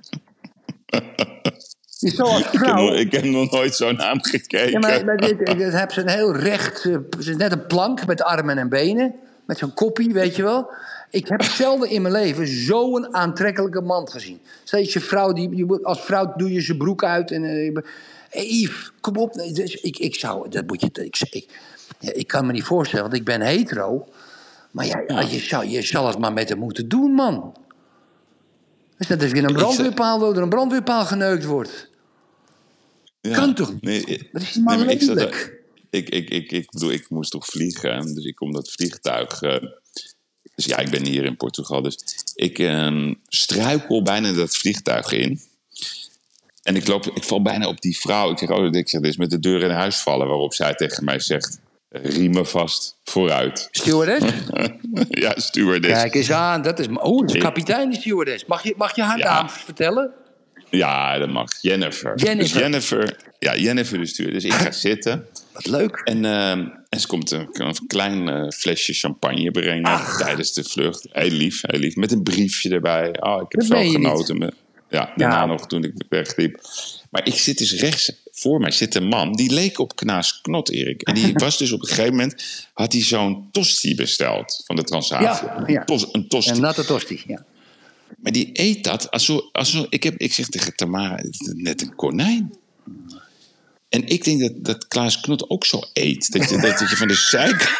Je zal als Ik heb, vrouw... nog, ik heb nog nooit zo'n naam gekeken. Ja, maar, maar dit, dit, dit heb ze een heel recht... uh, Het is net een plank met armen en benen. Met zo'n koppie, weet je wel. Ik heb zelden in mijn leven zo'n aantrekkelijke man gezien. Steeds je vrouw, die, je, als vrouw doe je zijn broek uit. En, uh, hey Yves, kom op. Nee, dus ik, ik zou... Dat moet je... Ik, ik, ja, ik kan me niet voorstellen, want ik ben hetero. Maar ja, ja. Je, zou, je zal het maar met hem moeten doen, man. Dus dat is weer een brandweerpaal door een brandweerpaal geneukt wordt. Ja, Kan toch niet? Nee, Wat is die man nee, maar ik, zat, lelijk? ik, ik, ik, ik bedoel, ik moest toch vliegen. Dus ik kom dat vliegtuig... Uh, dus ja, ik ben hier in Portugal. Dus ik uh, struikel bijna dat vliegtuig in. En ik, loop, ik val bijna op die vrouw. Ik zeg, oh, ik zeg, dit is met de deur in huis vallen. Waarop zij tegen mij zegt... Riemen vast, vooruit. Stewardess? Ja, stewardess. Kijk eens aan, dat is... Oh, dat is kapitein, die stewardess. Mag je, mag je haar Ja. naam vertellen? Ja, dat mag. Jennifer. Jennifer. Dus Jennifer, ja, Jennifer de stewardess. Dus ik ga zitten. Wat leuk. En, uh, en ze komt een, een klein uh, flesje champagne brengen Ach. tijdens de vlucht. Heel lief, heel lief. Met een briefje erbij. Oh, ik heb dat zo meen je genoten. niet. Ja, daarna Ja. nog toen ik wegliep. Maar ik zit dus rechts voor mij zit een man. Die leek op Klaas Knot, Erik. En die was dus op een gegeven moment... had hij zo'n tosti besteld van de Transavia. Ja, ja. Tos, een tosti. Een natte tosti, ja. Maar die eet dat als zo... Als zo ik, heb, ik zeg tegen Tamara, het is net een konijn. En ik denk dat, dat Klaas Knot ook zo eet. Dat je, dat, dat je van de zeik...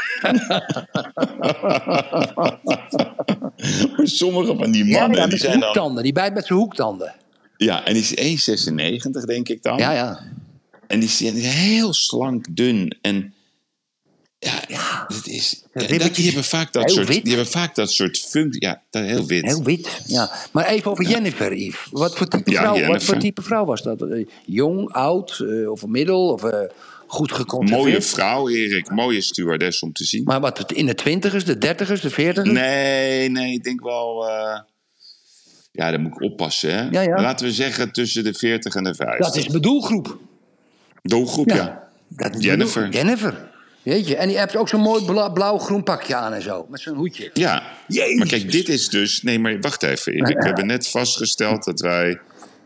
Maar sommige van die mannen... Ja, ja, die met zijn zijn dan... hoektanden. Die bijt met zijn hoektanden. Ja, en die is één komma zesennegentig, denk ik dan. Ja, ja. En die is heel slank, dun. En ja, ja. Dat is, ja, dat, die hebben vaak dat soort, die hebben vaak dat soort functie. Ja, dat, heel wit. Heel wit, ja. Maar even over ja. Jennifer, Yves. Wat voor type, ja, vrouw, wat voor type vrouw was dat? Jong, oud, uh, of middel, of uh, goed geconserveerd? Mooie vrouw, Erik. Mooie stewardess om te zien. Maar wat, in de twintigers, de dertigers, de veertigers? Nee, nee, ik denk wel... Uh, ja, daar moet ik oppassen, hè. Ja, ja. Laten we zeggen tussen de veertig en de vijftig. Dat is mijn doelgroep. Doelgroep, ja. ja. Dat is Jennifer. Bedoel, Jennifer. Weet je, en die hebt ook zo'n mooi bla- blauw-groen pakje aan en zo. Met zo'n hoedje. Ja, Jezus. Maar kijk, dit is dus... Nee, maar wacht even, Erik. Ja. We hebben net vastgesteld dat wij...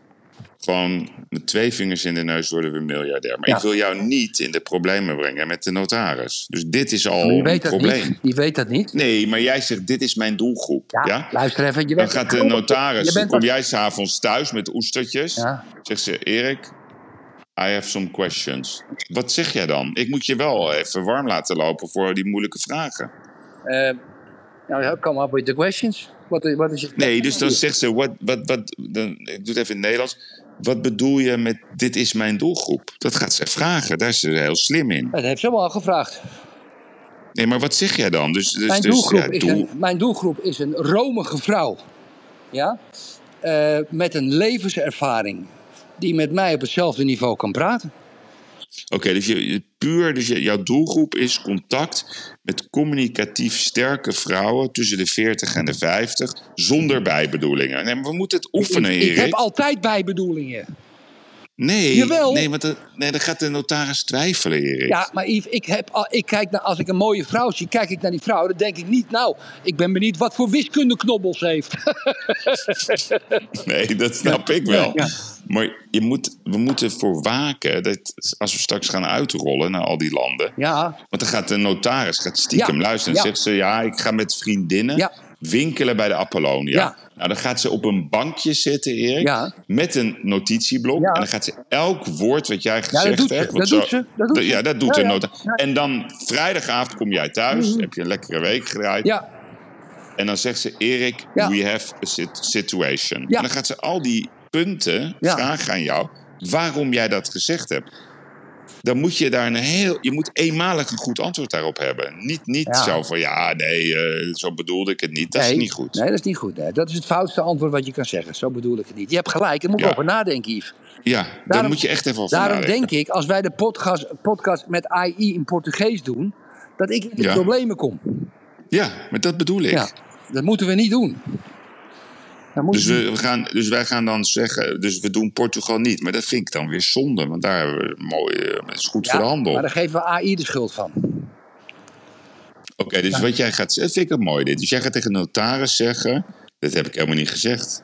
gewoon met twee vingers in de neus worden we miljardair. Maar ja. ik wil jou niet in de problemen brengen met de notaris. Dus dit is al je weet een dat probleem. Niet. Je weet dat niet. Nee, maar jij zegt, dit is mijn doelgroep. Ja, ja? Luister even. Je dan bent, gaat de notaris... Dan kom dat... jij s'avonds thuis met oestertjes. Ja. Zegt ze, Erik... I have some questions. Wat zeg jij dan? Ik moet je wel even warm laten lopen voor die moeilijke vragen. Uh, nou, come up with the questions. What, what is it? Nee, dus dan zegt ze... What, what, what, dan, ik doe het even in het Nederlands. Wat bedoel je met dit is mijn doelgroep? Dat gaat ze vragen. Daar is ze heel slim in. Dat heeft ze wel al gevraagd. Nee, maar wat zeg jij dan? Dus, dus, mijn, dus, doelgroep ja, is doel... een, mijn doelgroep is een romige vrouw. Ja? Uh, met een levenservaring... die met mij op hetzelfde niveau kan praten. Oké, okay, dus, je, puur, dus je, jouw doelgroep is contact met communicatief sterke vrouwen tussen de veertig en de vijftig, zonder bijbedoelingen. Nee, maar we moeten het oefenen, ik, Erik. Ik heb altijd bijbedoelingen. Nee, Jawel. nee, want de, nee, dan gaat de notaris twijfelen, Erik. Ja, maar Yves, ik heb, ik kijk naar, als ik een mooie vrouw zie, kijk ik naar die vrouw, dan denk ik niet, nou, ik ben benieuwd wat voor wiskundeknobbels ze heeft. Nee, dat snap ik wel. Ja. Maar je moet, we moeten voor waken dat als we straks gaan uitrollen naar al die landen. Ja. Want dan gaat de notaris gaat stiekem ja. luisteren. En ja. zegt ze, ja, ik ga met vriendinnen ja. winkelen bij de Apollonia. Ja. Nou, dan gaat ze op een bankje zitten, Erik, ja. met een notitieblok. Ja. En dan gaat ze elk woord wat jij gezegd ja, dat hebt... Dat, zo, doet ze, dat doet ze. Ja, dat doet ja, de ja. notaris. Ja. En dan vrijdagavond kom jij thuis, mm-hmm. heb je een lekkere week gedraaid. Ja. En dan zegt ze, Erik, ja. we have a situation. Ja. En dan gaat ze al die punten ja. vragen aan jou waarom jij dat gezegd hebt. dan moet je daar een heel... Je moet eenmalig een goed antwoord daarop hebben. Niet, niet Ja. zo van, ja, nee, uh, zo bedoelde ik het niet. Dat nee, is niet goed. Nee, dat is niet goed. Nee. Dat is het foutste antwoord wat je kan zeggen. Zo bedoel ik het niet. Je hebt gelijk, daar moet ik Ja. over nadenken, Yves. Ja, daar Daarom- moet je echt even over Daarom nadenken. denk ik, als wij de podcast, podcast met A I in Portugees doen, dat ik in de Ja. problemen kom. Ja, maar dat bedoel ik. Ja, dat moeten we niet doen. Dat moeten Dus, we we, we gaan, dus wij gaan dan zeggen, dus we doen Portugal niet. Maar dat vind ik dan weer zonde, want daar hebben we mooi, uh, het is goed Ja, voor de handel. maar daar geven we A I de schuld van. Oké, okay, dus wat jij gaat zeggen, vind ik het mooi dit. Dus jij gaat tegen de notaris zeggen, dat heb ik helemaal niet gezegd.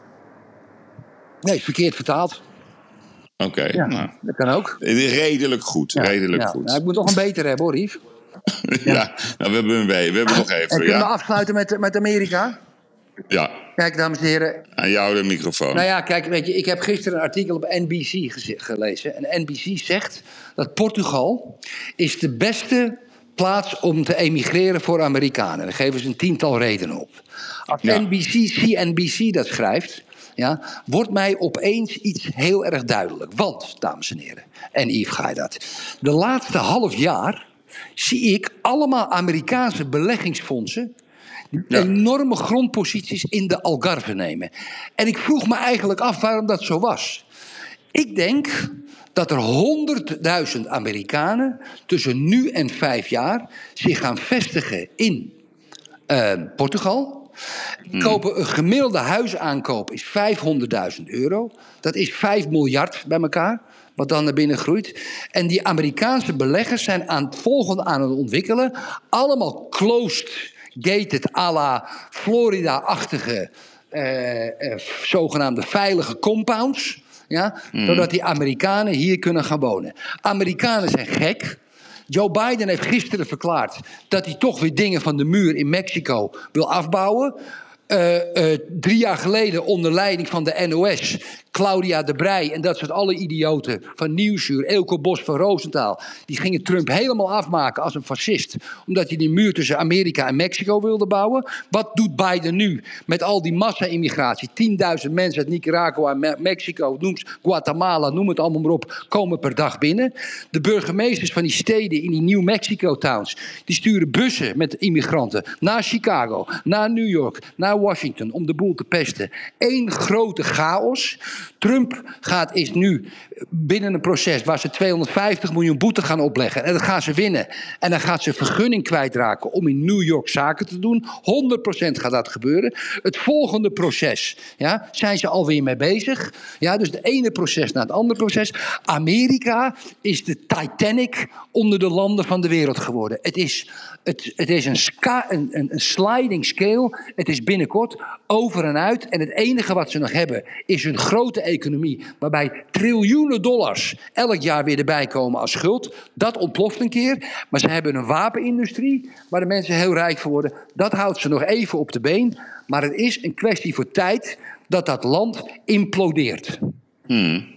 Nee, verkeerd vertaald. Oké, okay, Ja, nou, dat kan ook. redelijk goed, Ja, redelijk ja. goed. Nou, ik moet nog een beter hebben, hoor, Yves. ja, nou, we hebben, een, we hebben nog En even, kunnen we ja. afsluiten met, met Amerika? Ja, Kijk, dames en heren. aan jou de microfoon. Nou ja, kijk, weet je, ik heb gisteren een artikel op N B C geze- gelezen. En N B C zegt dat Portugal is de beste plaats om te emigreren voor Amerikanen. Daar geven ze een tiental redenen op. Als Ja. N B C, C N B C dat schrijft, ja, wordt mij opeens iets heel erg duidelijk. Want, dames en heren, en Yves ga je dat. De laatste half jaar zie ik allemaal Amerikaanse beleggingsfondsen die Ja. enorme grondposities in de Algarve nemen. En ik vroeg me eigenlijk af waarom dat zo was. Ik denk dat er honderdduizend Amerikanen tussen nu en vijf jaar zich gaan vestigen in uh, Portugal. Hmm. Kopen een gemiddelde huisaankoop is vijfhonderdduizend euro. Dat is vijf miljard bij elkaar, wat dan naar binnen groeit. En die Amerikaanse beleggers zijn aan het volgende aan het ontwikkelen. Allemaal closed gated à la Florida-achtige uh, uh, zogenaamde veilige compounds. Ja, mm. Zodat die Amerikanen hier kunnen gaan wonen. Amerikanen zijn gek. Joe Biden heeft gisteren verklaard dat hij toch weer dingen van de muur in Mexico wil afbouwen. Uh, uh, drie jaar geleden onder leiding van de N O S, Claudia de Breij en dat soort alle idioten van Nieuwsuur, Eelco Bos van Rosenthal, die gingen Trump helemaal afmaken als een fascist, omdat hij die muur tussen Amerika en Mexico wilde bouwen. Wat doet Biden nu met al die massa-immigratie? tienduizend mensen uit Nicaragua, Me- Mexico, noem Guatemala, noem het allemaal maar op, komen per dag binnen. De burgemeesters van die steden in die New Mexico towns, die sturen bussen met immigranten naar Chicago, naar New York, naar Washington om de boel te pesten. Eén grote chaos. Trump gaat, is nu binnen een proces waar ze tweehonderdvijftig miljoen boete gaan opleggen. En dat gaan ze winnen. En dan gaat ze vergunning kwijtraken om in New York zaken te doen. honderd procent gaat dat gebeuren. Het volgende proces, ja, zijn ze alweer mee bezig. Ja, dus de ene proces na het andere proces. Amerika is de Titanic onder de landen van de wereld geworden. Het is, het, het is een, ska, een, een, een sliding scale. Het is binnenkort over en uit. En het enige wat ze nog hebben is hun grote economie, waarbij triljoenen dollars elk jaar weer erbij komen als schuld. Dat ontploft een keer. Maar ze hebben een wapenindustrie waar de mensen heel rijk van worden. Dat houdt ze nog even op de been. Maar het is een kwestie voor tijd dat dat land implodeert. Hmm.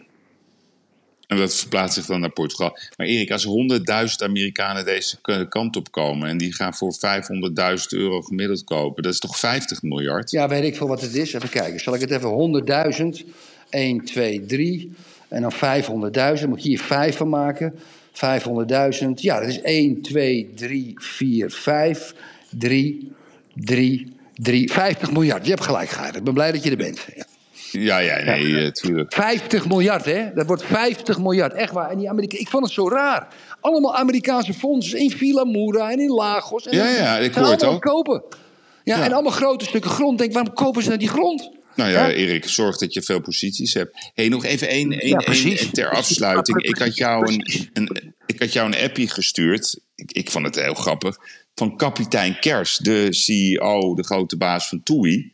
En dat verplaatst zich dan naar Portugal. Maar Erik, als honderdduizend Amerikanen deze kant op komen en die gaan voor vijfhonderdduizend euro gemiddeld kopen, dat is toch vijftig miljard? Ja, weet ik veel wat het is. Even kijken. Zal ik het even honderdduizend? één, twee, drie. En dan vijfhonderdduizend. Moet ik hier vijf van maken? vijfhonderdduizend. Ja, dat is één, twee, drie, vier, vijf. drie, drie, drie. vijftig miljard. Je hebt gelijk, Gaar. Ik ben blij dat je er bent. Ja. Ja, ja, nee, ja. tuurlijk. vijftig miljard, hè? Dat wordt vijftig miljard. Echt waar. En die Amerika- ik vond het zo raar. Allemaal Amerikaanse fondsen in Villa Moura en in Lagos. En ja, ja, ik hoor het allemaal ook. Kopen. Ja, ja, en allemaal grote stukken grond. Denk, waarom kopen ze nou die grond? Nou ja, ja, Erik, zorg dat je veel posities hebt. Hey, nog even één, één, ja, één ter afsluiting. Ik had jou een, een, ik had jou een appie gestuurd. Ik, ik vond het heel grappig. Van kapitein Kers, de C E O, de grote baas van TUI.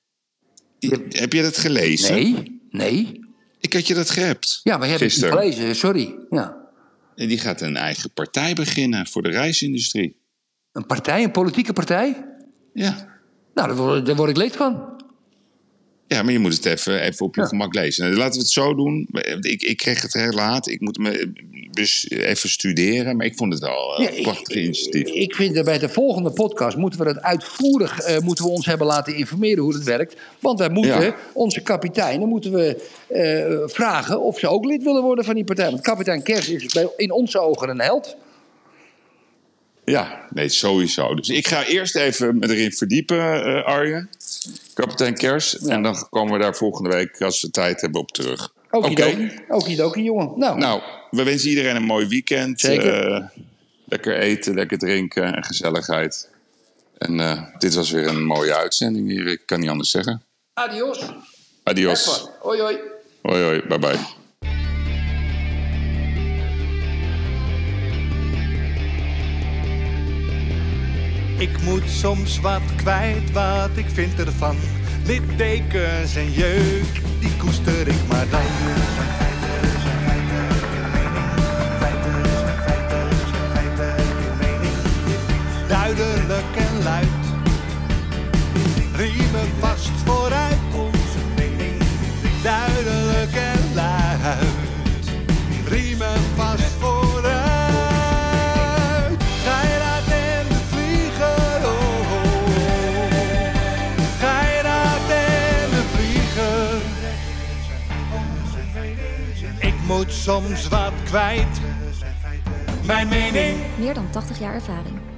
Heb je dat gelezen? Nee, nee. Ik had je dat geappt. Ja, maar je hebt het niet gisteren. gelezen, sorry. Ja. En die gaat een eigen partij beginnen voor de reisindustrie. Een partij, een politieke partij? Ja. Nou, daar word, daar word ik lid van. Ja, maar je moet het even, even op je Ja. gemak lezen. Laten we het zo doen. Ik, ik kreeg het heel laat. Ik moet me dus even studeren. Maar ik vond het wel een Ja, ik- prachtig initiatief. Ik, ik vind dat bij de volgende podcast moeten we dat uitvoerig uh, moeten we ons hebben laten informeren hoe het werkt. Want wij moeten Ja. onze kapiteinen moeten we, uh, vragen of ze ook lid willen worden van die partij. Want kapitein Kers is bij, in onze ogen een held. Ja, nee, sowieso. Dus ik ga eerst even me erin verdiepen, uh, Arjen. Kapitein Kers. Ja. En dan komen we daar volgende week, als we tijd hebben, op terug. Okidoki, okay. Okidoki, jongen. Nou. nou, we wensen iedereen een mooi weekend. Zeker. Uh, lekker eten, lekker drinken en gezelligheid. En uh, dit was weer een mooie uitzending hier. Ik kan niet anders zeggen. Adios. Adios. Hoi, hoi. Hoi, hoi. Bye, bye. Ik moet soms wat kwijt, wat ik vind ervan. Littekens en jeuk, die koester ik maar dan. Duidelijk en luid, riemen vast vooruit. Duidelijk en luid, riemen vast vooruit. Geiraat en de vlieger, oh, oh. Geiraat en de vlieger. Ik moet soms wat kwijt, mijn mening. Meer dan tachtig jaar ervaring.